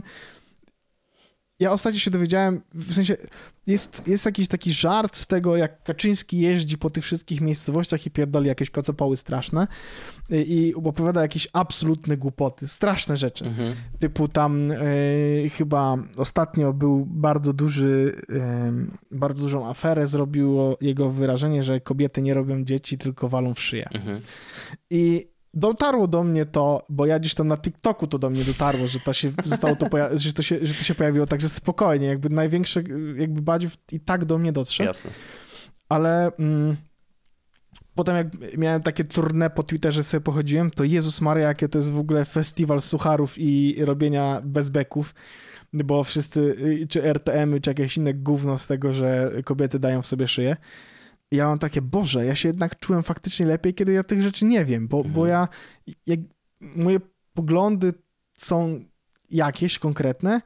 Ja ostatnio się dowiedziałem, w sensie jest, jest jakiś taki żart z tego, jak Kaczyński jeździ po tych wszystkich miejscowościach i pierdoli jakieś kocopoły straszne i opowiada jakieś absolutne głupoty, straszne rzeczy. Mhm. Typu tam y, chyba ostatnio był bardzo duży, y, bardzo dużą aferę zrobiło jego wyrażenie, że kobiety nie robią dzieci, tylko walą w szyję. Mhm. I dotarło do mnie to, bo ja gdzieś tam na TikToku to do mnie dotarło, że to się zostało to, poja- że to się, że to się pojawiło, także spokojnie, jakby największe, jakby Badziew i tak do mnie dotrze. Jasne. Ale mm, potem jak miałem takie tournée po Twitterze, sobie pochodziłem, to Jezus Maria, jakie to jest w ogóle festiwal sucharów i robienia bezbeków, bo wszyscy, czy R T M-y, czy jakieś inne gówno z tego, że kobiety dają w sobie szyję. I ja mam takie, Boże, ja się jednak czułem faktycznie lepiej, kiedy ja tych rzeczy nie wiem, bo, mhm. bo ja, jak, moje poglądy są jakieś konkretne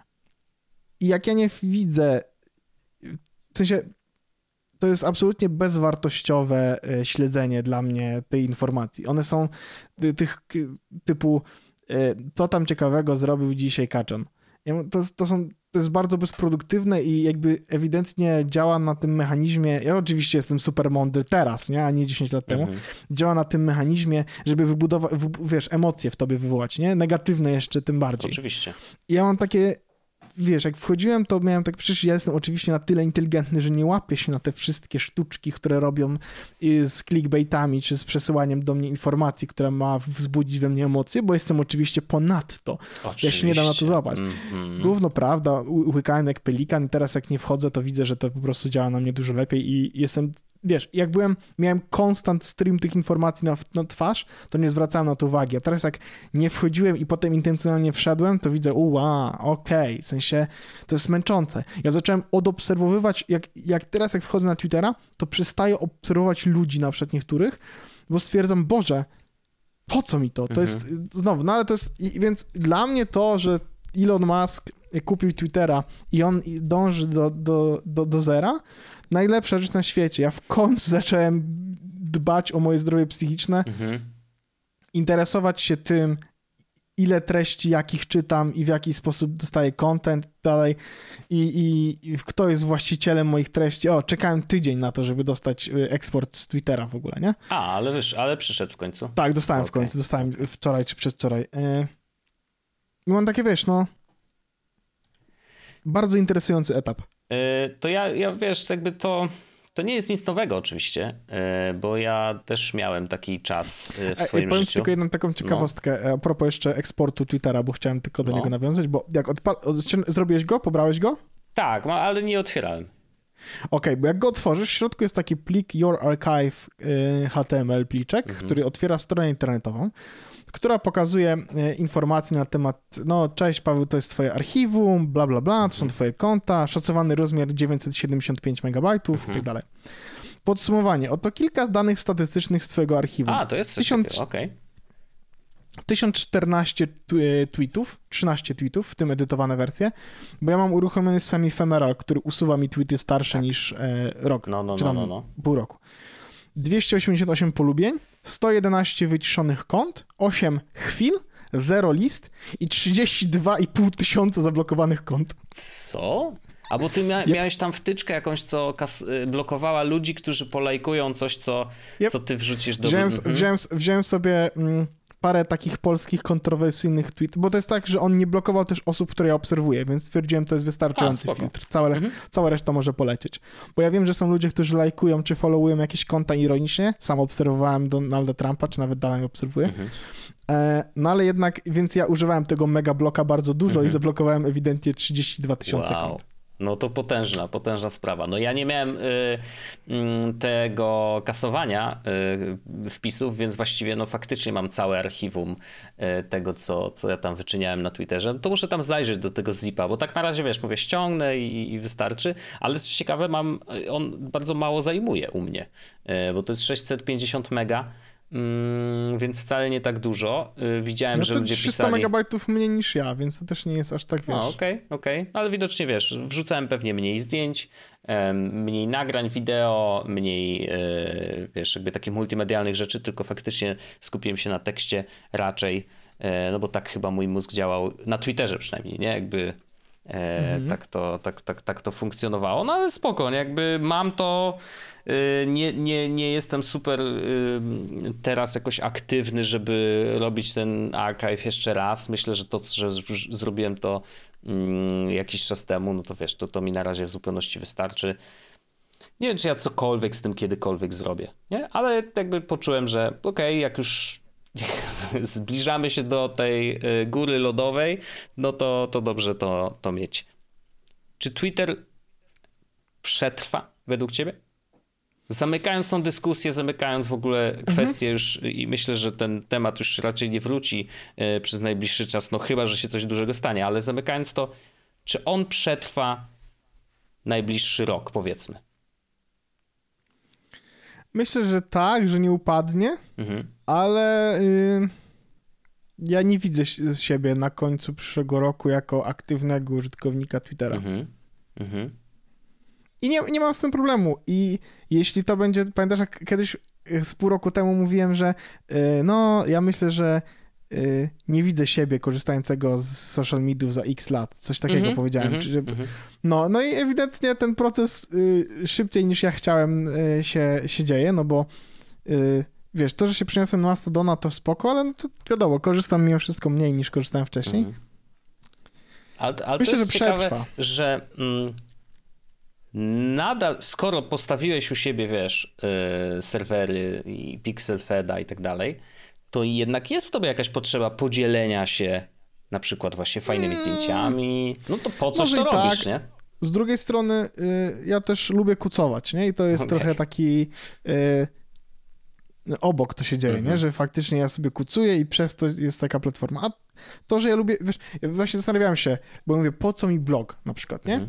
i jak ja nie widzę, w sensie to jest absolutnie bezwartościowe śledzenie dla mnie tej informacji. One są tych typu co tam ciekawego zrobił dzisiaj Kaczon. To, to, są, to jest bardzo bezproduktywne i jakby ewidentnie działa na tym mechanizmie, ja oczywiście jestem super mądry teraz, nie, a nie dziesięć lat temu, mhm. działa na tym mechanizmie, żeby wybudować, wiesz, emocje w tobie wywołać, nie? Negatywne jeszcze tym bardziej. Oczywiście. I ja mam takie, wiesz, jak wchodziłem, to miałem tak, przecież ja jestem oczywiście na tyle inteligentny, że nie łapię się na te wszystkie sztuczki, które robią z clickbaitami, czy z przesyłaniem do mnie informacji, która ma wzbudzić we mnie emocje, bo jestem oczywiście ponadto. Oczywiście. Ja się nie dam na to złapać. Mm-hmm. Gówno, prawda, łykałem jak pelikan i teraz jak nie wchodzę, to widzę, że to po prostu działa na mnie dużo lepiej i jestem... Wiesz, jak byłem, miałem konstant stream tych informacji na, na twarz, to nie zwracałem na to uwagi. A teraz jak nie wchodziłem i potem intencjonalnie wszedłem, to widzę, uła, okej, okay. W sensie to jest męczące. Ja zacząłem odobserwowywać, jak, jak teraz jak wchodzę na Twittera, to przestaję obserwować ludzi na przykład niektórych, bo stwierdzam, Boże, po co mi to? To mhm. jest, znowu, no ale to jest, i, więc dla mnie to, że Elon Musk kupił Twittera i on dąży do, do, do, do zera, najlepsza rzecz na świecie. Ja w końcu zacząłem dbać o moje zdrowie psychiczne, mhm. interesować się tym, ile treści jakich czytam i w jaki sposób dostaję content dalej i, i, i kto jest właścicielem moich treści. O, czekałem tydzień na to, żeby dostać eksport z Twittera w ogóle, nie? A, ale wiesz, ale przyszedł w końcu. Tak, dostałem okay. w końcu, dostałem wczoraj czy przedwczoraj. I mam takie, wiesz, no bardzo interesujący etap. To ja, ja wiesz, jakby to, to nie jest nic nowego oczywiście, bo ja też miałem taki czas w swoim Ej, powiem życiu. Ci tylko jedną taką ciekawostkę no. a propos jeszcze eksportu Twittera, bo chciałem tylko do no. niego nawiązać, bo jak odpal- zrobiłeś go, pobrałeś go? Tak, ale nie otwierałem. Okej, okay, bo jak go otworzysz, w środku jest taki plik Your Archive H T M L pliczek, mhm. który otwiera stronę internetową, która pokazuje informacje na temat, no cześć Paweł, to jest twoje archiwum, bla bla bla, to są twoje konta, szacowany rozmiar dziewięćset siedemdziesiąt pięć megabajtów mhm. i tak dalej. Podsumowanie, oto kilka danych statystycznych z twojego archiwum. A, to jest coś takiego, okej. Okay. tysiąc czternaście tweetów, trzynaście tweetów, w tym edytowane wersje, bo ja mam uruchomiony sam Ephemeral, który usuwa mi tweety starsze tak. niż e, rok, no, no, czy tam no, no, no. pół roku. dwieście osiemdziesiąt osiem polubień, sto jedenaście wyciszonych kont, osiem chwil, zero list i trzydzieści dwa i pół tysiąca zablokowanych kont. Co? A bo ty mia- yep. miałeś tam wtyczkę jakąś, co kas- blokowała ludzi, którzy polajkują coś, co, yep. co ty wrzucisz do... Wziąłem, mhm. wziąłem, wziąłem sobie... Mm, parę takich polskich kontrowersyjnych tweetów, bo to jest tak, że on nie blokował też osób, które ja obserwuję, więc stwierdziłem, to jest wystarczający A, filtr. Całe, mhm. Cała reszta może polecieć. Bo ja wiem, że są ludzie, którzy lajkują czy followują jakieś konta ironicznie. Sam obserwowałem Donalda Trumpa, czy nawet dalej obserwuję. Mhm. E, no ale jednak, więc ja używałem tego mega bloka bardzo dużo mhm. i zablokowałem ewidentnie trzydzieści dwa tysiące wow. kont. No to potężna, potężna sprawa. No ja nie miałem y, y, tego kasowania y, wpisów, więc właściwie no faktycznie mam całe archiwum y, tego, co, co ja tam wyczyniałem na Twitterze. No to muszę tam zajrzeć do tego zipa, bo tak na razie, wiesz, mówię, ściągnę i, i wystarczy, ale co ciekawe, mam, on bardzo mało zajmuje u mnie, y, bo to jest sześćset pięćdziesiąt mega. Mm, więc wcale nie tak dużo. Yy, widziałem, no że ludzie trzysta pisali... megabajtów mniej niż ja, więc to też nie jest aż tak, wiesz... No, okej, okay, okej. Okay. Ale widocznie, wiesz, wrzucałem pewnie mniej zdjęć, um, mniej nagrań wideo, mniej, yy, wiesz, jakby takich multimedialnych rzeczy, tylko faktycznie skupiłem się na tekście raczej, yy, no bo tak chyba mój mózg działał, na Twitterze przynajmniej, nie? Jakby... E, mhm. tak, to, tak, tak, tak to funkcjonowało, no ale spoko, nie? Jakby mam to, y, nie, nie, nie jestem super y, teraz jakoś aktywny, żeby robić ten archive jeszcze raz. Myślę, że to, że z, zrobiłem to y, jakiś czas temu, no to wiesz, to, to mi na razie w zupełności wystarczy. Nie wiem, czy ja cokolwiek z tym kiedykolwiek zrobię, nie? Ale jakby poczułem, że okej, okay, jak już zbliżamy się do tej góry lodowej, no to, to dobrze to, to mieć. Czy Twitter przetrwa według ciebie? Zamykając tą dyskusję, zamykając w ogóle kwestię mhm. już i myślę, że ten temat już raczej nie wróci y, przez najbliższy czas, no chyba, że się coś dużego stanie, ale zamykając to, czy on przetrwa najbliższy rok, powiedzmy? Myślę, że tak, że nie upadnie, mhm. ale y, ja nie widzę z siebie na końcu przyszłego roku jako aktywnego użytkownika Twittera. Mhm. Mhm. I nie, nie mam z tym problemu. I jeśli to będzie, pamiętasz, jak kiedyś z pół roku temu mówiłem, że y, no, ja myślę, że y, nie widzę siebie korzystającego z social mediów za x lat. Coś takiego mm-hmm, powiedziałem. Mm-hmm, Czy, mm-hmm. No, no i ewidentnie ten proces y, szybciej niż ja chciałem y, się, się dzieje, no bo y, wiesz, to, że się przeniosłem na Mastodona to spoko, ale no to wiadomo, korzystam mimo wszystko mniej niż korzystałem wcześniej. Mm-hmm. Ale, ale Myślę, to jest że ciekawe, przetrwa. że mm, nadal, skoro postawiłeś u siebie, wiesz, yy, serwery i Pixel Feda i tak dalej, to jednak jest w tobie jakaś potrzeba podzielenia się na przykład właśnie fajnymi hmm. zdjęciami. No to po coś to robisz, tak. nie? Z drugiej strony y, ja też lubię kucować, nie? I to jest okay. trochę taki y, obok to się dzieje, mm-hmm. nie? Że faktycznie ja sobie kucuję i przez to jest taka platforma. A to, że ja lubię, wiesz, ja właśnie zastanawiałem się, bo mówię, po co mi blog na przykład, nie? Mm-hmm.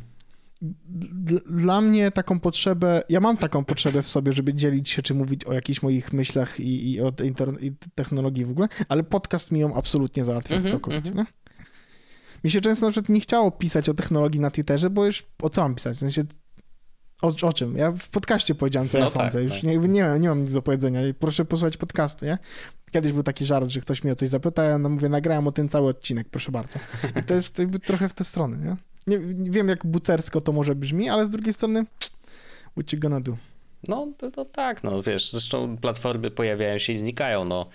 Dla mnie taką potrzebę, ja mam taką potrzebę w sobie, żeby dzielić się, czy mówić o jakichś moich myślach i, i o inter- i technologii w ogóle, ale podcast mi ją absolutnie załatwia mm-hmm, całkowicie, mm-hmm. nie? Mi się często na przykład nie chciało pisać o technologii na Twitterze, bo już o co mam pisać? W sensie, o, o czym? Ja w podcaście powiedziałem, co no ja tak, sądzę. Już tak. nie, nie, mam, nie mam nic do powiedzenia. Proszę posłuchać podcastu, nie? Kiedyś był taki żart, że ktoś mnie o coś zapyta, ja no mówię, nagrałem o tym cały odcinek, proszę bardzo. I to jest jakby trochę w tę stronę, nie? Nie, nie wiem, jak bucersko to może brzmi, ale z drugiej strony, what you gonna do? No, to, to tak, no wiesz, zresztą platformy pojawiają się i znikają, no.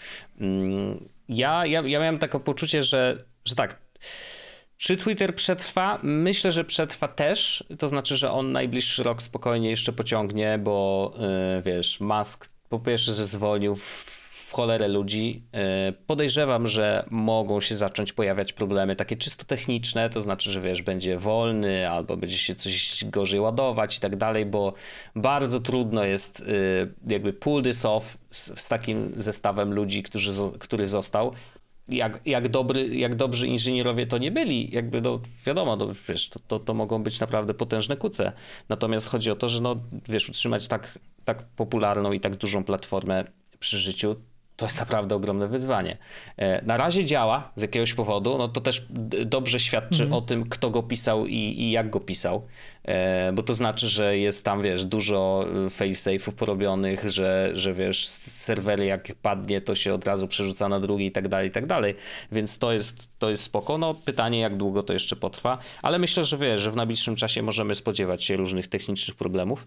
Ja, ja, ja miałem takie poczucie, że, że tak, czy Twitter przetrwa? Myślę, że przetrwa też, to znaczy, że on najbliższy rok spokojnie jeszcze pociągnie, bo yy, wiesz, Musk po pierwsze, że zwolnił w w cholerę ludzi. Podejrzewam, że mogą się zacząć pojawiać problemy takie czysto techniczne, to znaczy, że wiesz, będzie wolny albo będzie się coś gorzej ładować i tak dalej, bo bardzo trudno jest jakby pull this off z, z takim zestawem ludzi, którzy, który został. Jak, jak, dobry, jak dobrzy inżynierowie to nie byli, jakby no wiadomo, no, wiesz, to, to, to mogą być naprawdę potężne kuce. Natomiast chodzi o to, że no wiesz, utrzymać tak, tak popularną i tak dużą platformę przy życiu, to jest naprawdę ogromne wyzwanie. Na razie działa z jakiegoś powodu, no to też dobrze świadczy mhm. o tym, kto go pisał i, i jak go pisał, bo to znaczy, że jest tam, wiesz, dużo fail-safe'ów porobionych, że, że wiesz, serwery jak padnie, to się od razu przerzuca na drugi i tak dalej, i tak dalej, więc to jest, to jest spoko. No pytanie, jak długo to jeszcze potrwa, ale myślę, że wiesz, że w najbliższym czasie możemy spodziewać się różnych technicznych problemów.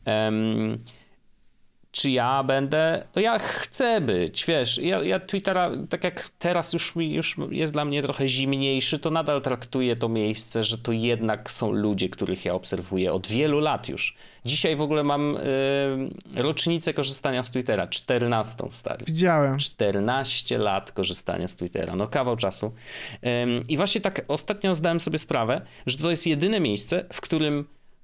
Um, Czy ja będę? No ja chcę być, wiesz, ja, ja Twittera, tak jak teraz już, mi, już jest dla mnie trochę zimniejszy, to nadal traktuję to miejsce, że to jednak są ludzie, których ja obserwuję od wielu lat już. Dzisiaj w ogóle mam y, rocznicę korzystania z Twittera, czternastą stary. Widziałem. czternaście lat korzystania z Twittera, no kawał czasu. Ym, I właśnie tak ostatnio zdałem sobie sprawę, że to jest jedyne miejsce, w którym,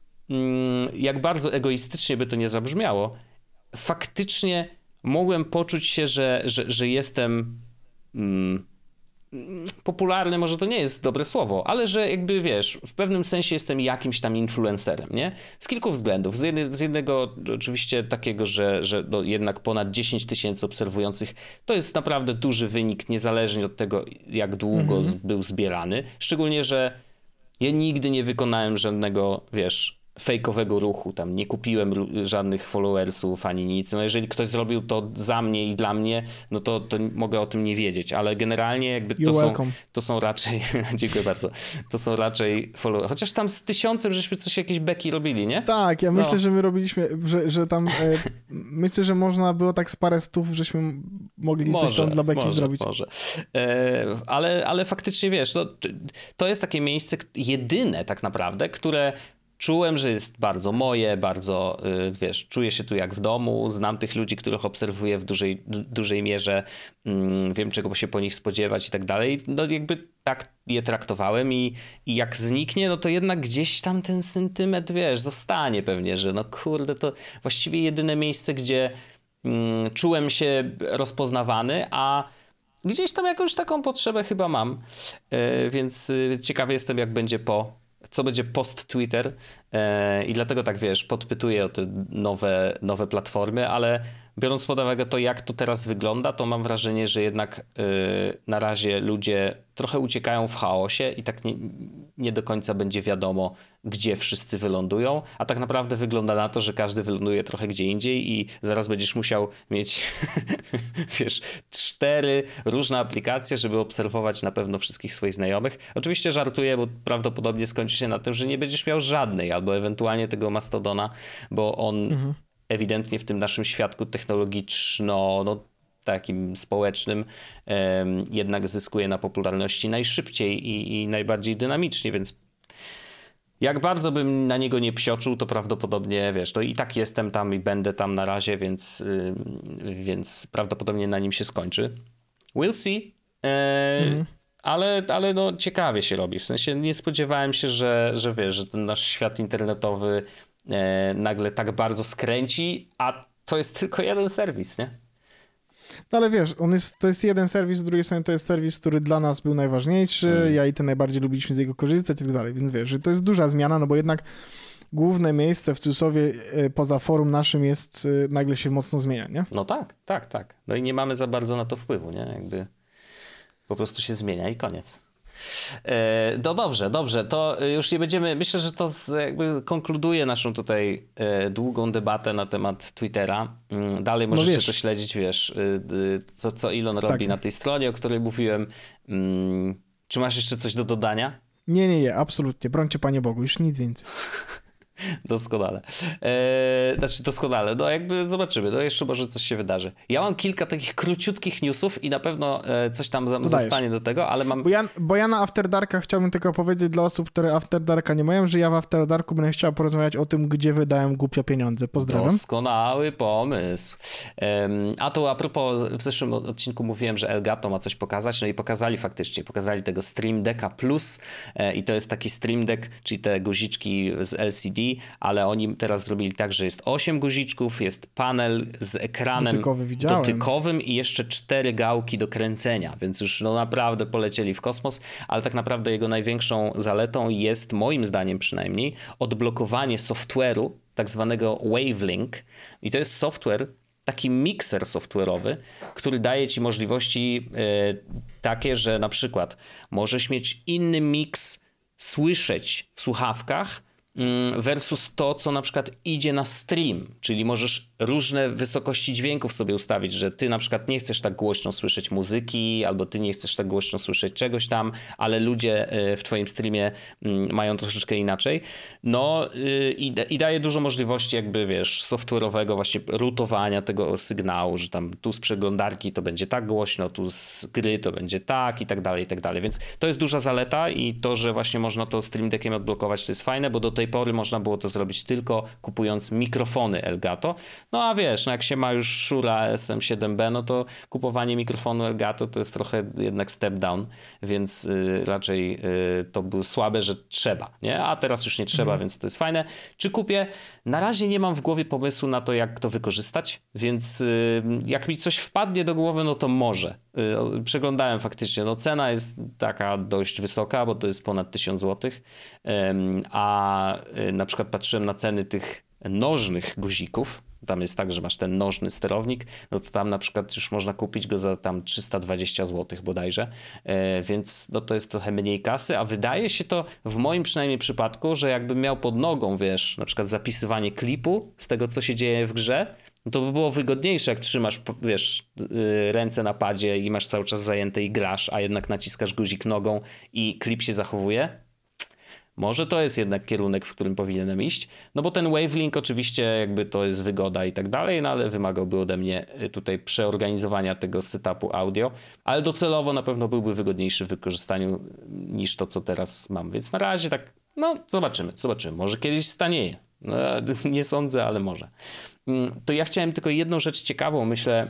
ym, jak bardzo egoistycznie by to nie zabrzmiało, faktycznie mogłem poczuć się, że, że, że jestem mm, popularny, może to nie jest dobre słowo, ale że jakby wiesz, w pewnym sensie jestem jakimś tam influencerem, nie? Z kilku względów. Z, jedne, z jednego oczywiście takiego, że, że no jednak ponad dziesięć tysięcy obserwujących to jest naprawdę duży wynik, niezależnie od tego, jak długo mhm. był zbierany. Szczególnie, że ja nigdy nie wykonałem żadnego, wiesz, fejkowego ruchu, tam nie kupiłem żadnych followersów ani nic. No jeżeli ktoś zrobił to za mnie i dla mnie, no to, to mogę o tym nie wiedzieć, ale generalnie jakby to są, to są raczej, dziękuję bardzo, to są raczej followersy. Chociaż tam z tysiącem żeśmy coś jakieś beki robili, nie? Tak, ja no. myślę, że my robiliśmy, że, że tam, e, myślę, że można było tak z parę stów, żeśmy mogli może, coś tam dla beki może, zrobić. Może, e, ale, ale faktycznie wiesz, no, to jest takie miejsce jedyne tak naprawdę, które czułem, że jest bardzo moje, bardzo, wiesz, czuję się tu jak w domu, znam tych ludzi, których obserwuję w dużej, dużej mierze, wiem czego się po nich spodziewać i tak dalej. No jakby tak je traktowałem i, i jak zniknie, no to jednak gdzieś tam ten sentyment, wiesz, zostanie pewnie, że no kurde, to właściwie jedyne miejsce, gdzie mm, czułem się rozpoznawany, a gdzieś tam jakąś taką potrzebę chyba mam, yy, więc yy, ciekawy jestem, jak będzie po co będzie post Twitter e, i dlatego tak wiesz, podpytuję o te nowe, nowe platformy, ale biorąc pod uwagę to, jak to teraz wygląda, to mam wrażenie, że jednak yy, na razie ludzie trochę uciekają w chaosie i tak nie, nie do końca będzie wiadomo, gdzie wszyscy wylądują, a tak naprawdę wygląda na to, że każdy wyląduje trochę gdzie indziej i zaraz będziesz musiał mieć wiesz, cztery różne aplikacje, żeby obserwować na pewno wszystkich swoich znajomych. Oczywiście żartuję, bo prawdopodobnie skończy się na tym, że nie będziesz miał żadnej, albo ewentualnie tego Mastodona, bo on mhm. ewidentnie w tym naszym świadku technologiczno, no, takim społecznym um, jednak zyskuje na popularności najszybciej i, i najbardziej dynamicznie, więc jak bardzo bym na niego nie psioczył, to prawdopodobnie, wiesz, to i tak jestem tam i będę tam na razie, więc, yy, więc prawdopodobnie na nim się skończy. We'll see. Yy, mhm. Ale, ale no ciekawie się robi. W sensie nie spodziewałem się, że, że wiesz, że ten nasz świat internetowy yy, nagle tak bardzo skręci, a to jest tylko jeden serwis, nie? No ale wiesz, on jest, to jest jeden serwis, z drugiej strony to jest serwis, który dla nas był najważniejszy, mm. ja i ty najbardziej lubiliśmy z jego korzystać i tak dalej, więc wiesz, że to jest duża zmiana, no bo jednak główne miejsce w cudzysłowie poza forum naszym jest, nagle się mocno zmienia, nie? No tak, tak, tak. No i nie mamy za bardzo na to wpływu, nie? Jakby po prostu się zmienia i koniec. No dobrze, dobrze, to już nie będziemy, myślę, że to z, jakby konkluduje naszą tutaj długą debatę na temat Twittera. Dalej możecie no to śledzić, wiesz, co, co Elon robi tak. na tej stronie, o której mówiłem. Czy masz jeszcze coś do dodania? Nie, nie, nie, absolutnie, brońcie Panie Bogu, już nic więcej. Doskonale. Eee, znaczy doskonale. No jakby zobaczymy. No jeszcze może coś się wydarzy. Ja mam kilka takich króciutkich newsów i na pewno e, coś tam za, zostanie do tego, ale mam... Bo ja, bo ja na After Darka chciałbym tylko powiedzieć dla osób, które After Darka nie mają, że ja w After Darku będę chciał porozmawiać o tym, gdzie wydałem głupio pieniądze. Pozdrawiam. Doskonały pomysł. Um, a to a propos, w zeszłym odcinku mówiłem, że Elgato ma coś pokazać, no i pokazali faktycznie. Pokazali tego Stream Decka Plus e, i to jest taki Stream Deck, czyli te guziczki z L C D, ale oni teraz zrobili tak, że jest osiem guziczków, jest panel z ekranem Dotykowy dotykowym i jeszcze cztery gałki do kręcenia, więc już no naprawdę polecieli w kosmos, ale tak naprawdę jego największą zaletą jest, moim zdaniem przynajmniej, odblokowanie software'u, tak zwanego Wavelink, i to jest software, taki mikser software'owy, który daje ci możliwości yy, takie, że na przykład możesz mieć inny miks, słyszeć w słuchawkach versus to, co na przykład idzie na stream, czyli możesz różne wysokości dźwięków sobie ustawić, że ty na przykład nie chcesz tak głośno słyszeć muzyki, albo ty nie chcesz tak głośno słyszeć czegoś tam, ale ludzie w twoim streamie mają troszeczkę inaczej. No i, i daje dużo możliwości jakby, wiesz, software'owego właśnie rutowania tego sygnału, że tam tu z przeglądarki to będzie tak głośno, tu z gry to będzie tak i tak dalej, i tak dalej. Więc to jest duża zaleta i to, że właśnie można to Stream Deckiem odblokować, to jest fajne, bo do tej pory można było to zrobić tylko kupując mikrofony Elgato. No a wiesz, no jak się ma już Shure S M siedem B, no to kupowanie mikrofonu Elgato to jest trochę jednak step down, więc y, raczej y, to było słabe, że trzeba, nie? A teraz już nie trzeba, mhm. więc to jest fajne. Czy kupię? Na razie nie mam w głowie pomysłu na to, jak to wykorzystać, więc y, jak mi coś wpadnie do głowy, no to może. Y, przeglądałem faktycznie, no cena jest taka dość wysoka, bo to jest ponad tysiąc złotych, y, a y, na przykład patrzyłem na ceny tych nożnych guzików. Tam jest tak, że masz ten nożny sterownik, no to tam na przykład już można kupić go za tam trzysta dwadzieścia złotych bodajże, e, więc no to jest trochę mniej kasy, a wydaje się to w moim przynajmniej przypadku, że jakbym miał pod nogą, wiesz, na przykład zapisywanie klipu z tego, co się dzieje w grze, no to by było wygodniejsze, jak trzymasz, wiesz, ręce na padzie i masz cały czas zajęte i grasz, a jednak naciskasz guzik nogą i klip się zachowuje. Może to jest jednak kierunek, w którym powinienem iść, no bo ten Wavelink oczywiście jakby to jest wygoda i tak dalej, no ale wymagałby ode mnie tutaj przeorganizowania tego setupu audio, ale docelowo na pewno byłby wygodniejszy w wykorzystaniu niż to, co teraz mam, więc na razie tak, no zobaczymy, zobaczymy, może kiedyś stanieje, no, nie sądzę, ale może. To ja chciałem tylko jedną rzecz ciekawą, myślę,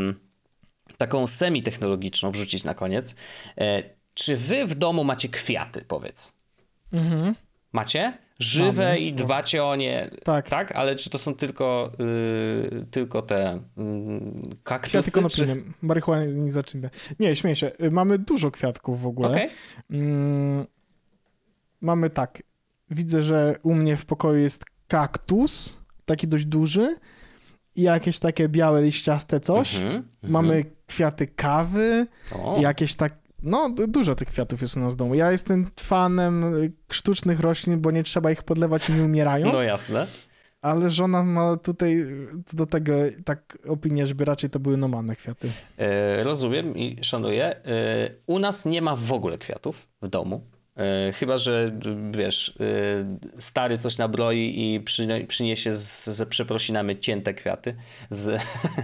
taką semi-technologiczną wrzucić na koniec. Czy wy w domu macie kwiaty, powiedz? Mhm. Macie? Żywe Mamy. I dbacie o nie, tak. tak? Ale czy to są tylko, yy, tylko te yy, kaktusy? Kwiaty konopline, czy... marihuanizacyjne. Nie, śmieję się. Mamy dużo kwiatków w ogóle. Okay. Mm, mamy tak, widzę, że u mnie w pokoju jest kaktus, taki dość duży i jakieś takie białe, liściaste coś. Mhm, Mamy mhm. kwiaty kawy, O. jakieś tak... No, du- dużo tych kwiatów jest u nas w domu. Ja jestem fanem y, sztucznych roślin, bo nie trzeba ich podlewać i nie umierają. No jasne. Ale żona ma tutaj co do tego tak opinię, żeby raczej to były normalne kwiaty. E, rozumiem i szanuję. E, u nas nie ma w ogóle kwiatów w domu. E, chyba że wiesz, e, stary coś nabroi i przy, przyniesie z, ze przeprosinami cięte kwiaty. Z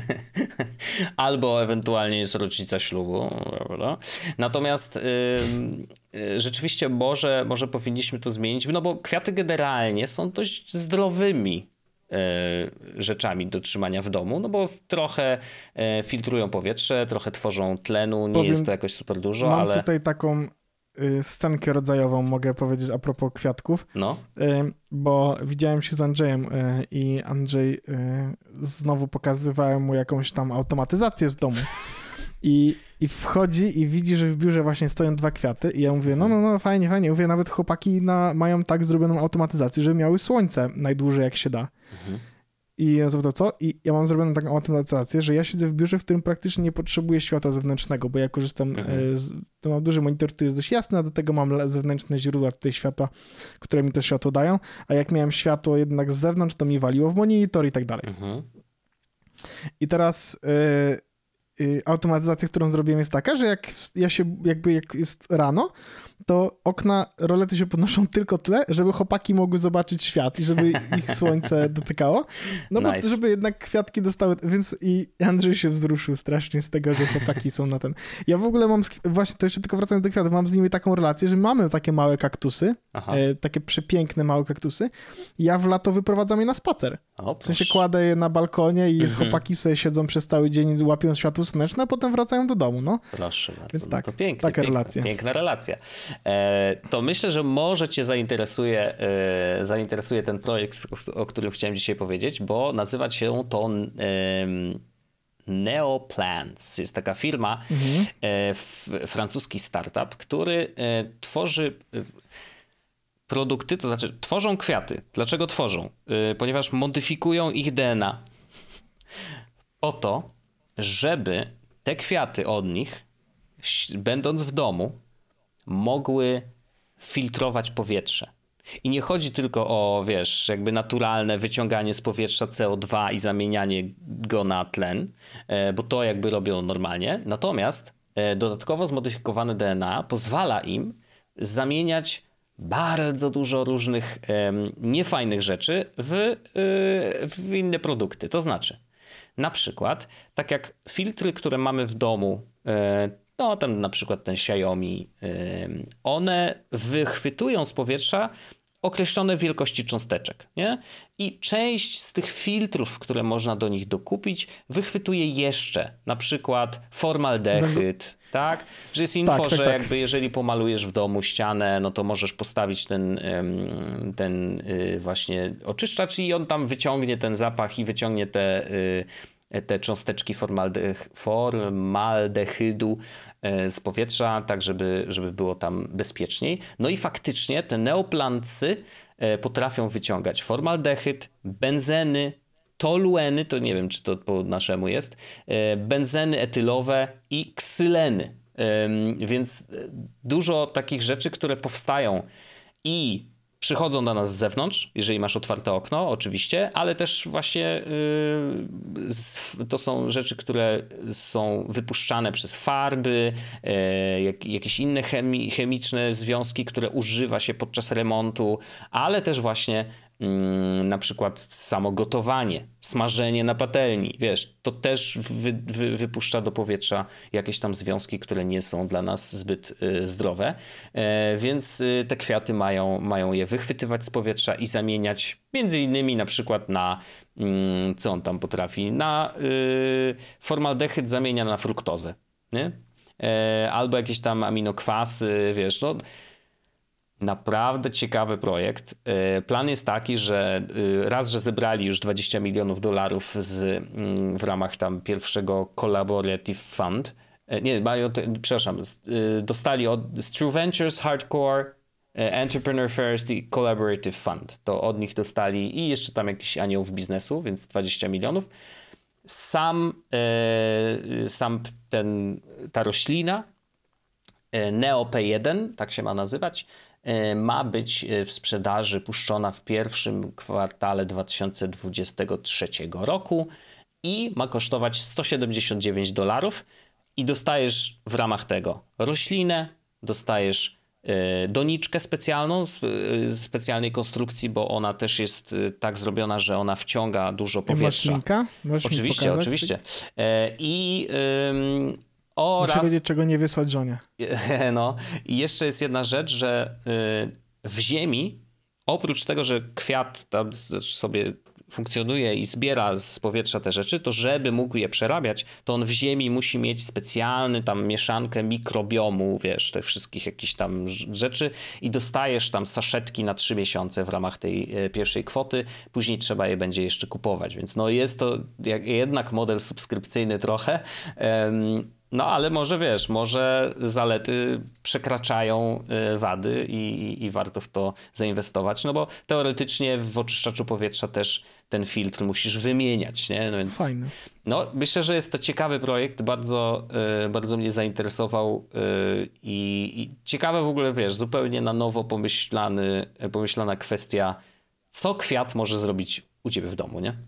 albo ewentualnie jest rocznica ślubu. Prawda? Natomiast e, e, rzeczywiście może, może powinniśmy to zmienić, no bo kwiaty generalnie są dość zdrowymi rzeczami do trzymania w domu, no bo trochę filtrują powietrze, trochę tworzą tlenu, nie Powiem, jest to jakoś super dużo, mam ale... Mam tutaj taką y, scenkę rodzajową, mogę powiedzieć a propos kwiatków, no. y, bo widziałem się z Andrzejem y, i Andrzej y, znowu pokazywałem mu jakąś tam automatyzację z domu i, i wchodzi i widzi, że w biurze właśnie stoją dwa kwiaty i ja mówię, no, no, no, fajnie, fajnie, mówię, nawet chłopaki na, mają tak zrobioną automatyzację, żeby miały słońce najdłużej jak się da. Mhm. I ja zapytał, co? I ja mam zrobioną taką automatyzację, że ja siedzę w biurze, w którym praktycznie nie potrzebuję światła zewnętrznego, bo ja korzystam, mhm. z, to mam duży monitor, który jest dość jasny, a do tego mam zewnętrzne źródła tutaj światła, które mi to światło dają, a jak miałem światło jednak z zewnątrz, to mi waliło w monitor i tak dalej. Mhm. I teraz y, y, automatyzacja, którą zrobiłem jest taka, że jak ja się, jakby jak jest rano, to okna, rolety się podnoszą tylko tyle, żeby chłopaki mogły zobaczyć świat i żeby ich słońce dotykało. No bo nice. Żeby jednak kwiatki dostały, więc i Andrzej się wzruszył strasznie z tego, że chłopaki są na ten. Ja w ogóle mam, właśnie to jeszcze tylko wracając do kwiatów, mam z nimi taką relację, że mamy takie małe kaktusy, e, takie przepiękne małe kaktusy. Ja w lato wyprowadzam je na spacer. O, w sensie kładę je na balkonie i mm-hmm. chłopaki sobie siedzą przez cały dzień, łapią światło słoneczne, a potem wracają do domu, no. Proszę bardzo, więc tak, no to pięknie, taka piękna, relacja. Piękna relacja. E, to myślę, że może cię zainteresuje, e, zainteresuje ten projekt, o, o którym chciałem dzisiaj powiedzieć, bo nazywa się to e, Neoplants. Jest taka firma, mhm. e, f, francuski startup, który e, tworzy produkty, to znaczy tworzą kwiaty. Dlaczego tworzą? E, ponieważ modyfikują ich D N A po to, żeby te kwiaty od nich, będąc w domu, mogły filtrować powietrze. I nie chodzi tylko o, wiesz, jakby naturalne wyciąganie z powietrza C O dwa i zamienianie go na tlen, bo to jakby robią normalnie. Natomiast dodatkowo zmodyfikowane D N A pozwala im zamieniać bardzo dużo różnych um, niefajnych rzeczy w, yy, w inne produkty. To znaczy, na przykład, tak jak filtry, które mamy w domu, yy, no tam na przykład ten Xiaomi, yy, one wychwytują z powietrza określone wielkości cząsteczek, nie? I część z tych filtrów, które można do nich dokupić, wychwytuje jeszcze, na przykład formaldehyd, tak? Że jest info, tak, tak, że tak. jakby jeżeli pomalujesz w domu ścianę, no to możesz postawić ten, ten właśnie oczyszczacz i on tam wyciągnie ten zapach i wyciągnie te, te cząsteczki formaldeh- formaldehydu z powietrza, tak żeby, żeby było tam bezpieczniej. No i faktycznie te neoplantsy potrafią wyciągać formaldehyd, benzeny, tolueny, to nie wiem, czy to po naszemu jest, benzeny etylowe i ksyleny. Więc dużo takich rzeczy, które powstają i przychodzą do nas z zewnątrz, jeżeli masz otwarte okno, oczywiście, ale też właśnie yy, to są rzeczy, które są wypuszczane przez farby, yy, jak, jakieś inne chemi- chemiczne związki, które używa się podczas remontu, ale też właśnie yy, na przykład samo gotowanie, smażenie na patelni, wiesz, to też wy, wy, wypuszcza do powietrza jakieś tam związki, które nie są dla nas zbyt y, zdrowe, e, więc y, te kwiaty mają, mają je wychwytywać z powietrza i zamieniać między innymi na przykład na, y, co on tam potrafi, na y, formaldehyd zamienia na fruktozę, nie? E, albo jakieś tam aminokwasy, wiesz, no. Naprawdę ciekawy projekt. Plan jest taki, że raz, że zebrali już dwadzieścia milionów dolarów z, w ramach tam pierwszego Collaborative Fund. Nie, mają, przepraszam, dostali od z True Ventures, Hardcore, Entrepreneur First i Collaborative Fund. To od nich dostali i jeszcze tam jakiś aniołów biznesu, więc dwadzieścia milionów. Sam, e, sam ten, ta roślina, e, Neo P jeden, tak się ma nazywać, e, ma być w sprzedaży puszczona w pierwszym kwartale dwa tysiące dwudziestego trzeciego roku i ma kosztować sto siedemdziesiąt dziewięć dolarów i dostajesz w ramach tego roślinę, dostajesz doniczkę specjalną, z specjalnej konstrukcji, bo ona też jest tak zrobiona, że ona wciąga dużo powietrza. Masz Możesz oczywiście, oczywiście. I ym, oraz... Muszę wiedzieć, czego nie wysłać żonie. No. I jeszcze jest jedna rzecz, że y, w ziemi, oprócz tego, że kwiat tam sobie funkcjonuje i zbiera z powietrza te rzeczy, to żeby mógł je przerabiać, to on w ziemi musi mieć specjalny tam mieszankę mikrobiomu, wiesz, tych wszystkich jakichś tam rzeczy i dostajesz tam saszetki na trzy miesiące w ramach tej pierwszej kwoty, później trzeba je będzie jeszcze kupować, więc no jest to jak, jednak model subskrypcyjny trochę, um, no ale może wiesz, może zalety przekraczają wady i, i warto w to zainwestować, no bo teoretycznie w oczyszczaczu powietrza też ten filtr musisz wymieniać, nie? No więc, fajne. No myślę, że jest to ciekawy projekt, bardzo, bardzo mnie zainteresował i, i ciekawe w ogóle, wiesz, zupełnie na nowo pomyślany, pomyślana kwestia, co kwiat może zrobić u ciebie w domu, nie?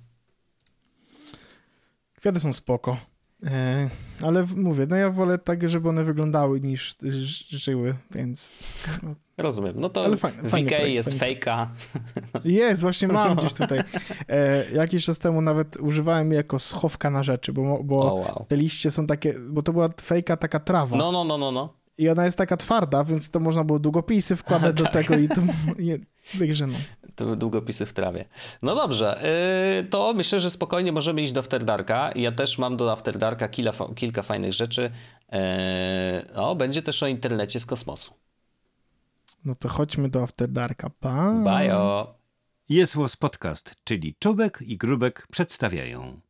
Kwiaty są spoko. E, ale w, mówię, no ja wolę tak, żeby one wyglądały niż ż- żyły, więc... No. Rozumiem. No to fajny, w Ikei projekt, jest fejka. Jest, właśnie mam gdzieś tutaj. E, jakiś czas temu nawet używałem jej jako schowka na rzeczy, bo, bo oh, wow. te liście są takie, bo to była fejka taka trawa. No, no, no, no, no. I ona jest taka twarda, więc to można było długopisy wkładać do tego i to... Także no. To były długopisy w trawie. No dobrze, yy, to myślę, że spokojnie możemy iść do After Darka. Ja też mam do After Darka kilka, kilka fajnych rzeczy. Yy, o, będzie też o internecie z kosmosu. No to chodźmy do After Darka. Pa. Bajo. Jest Podcast, czyli Czubek i Grubek przedstawiają.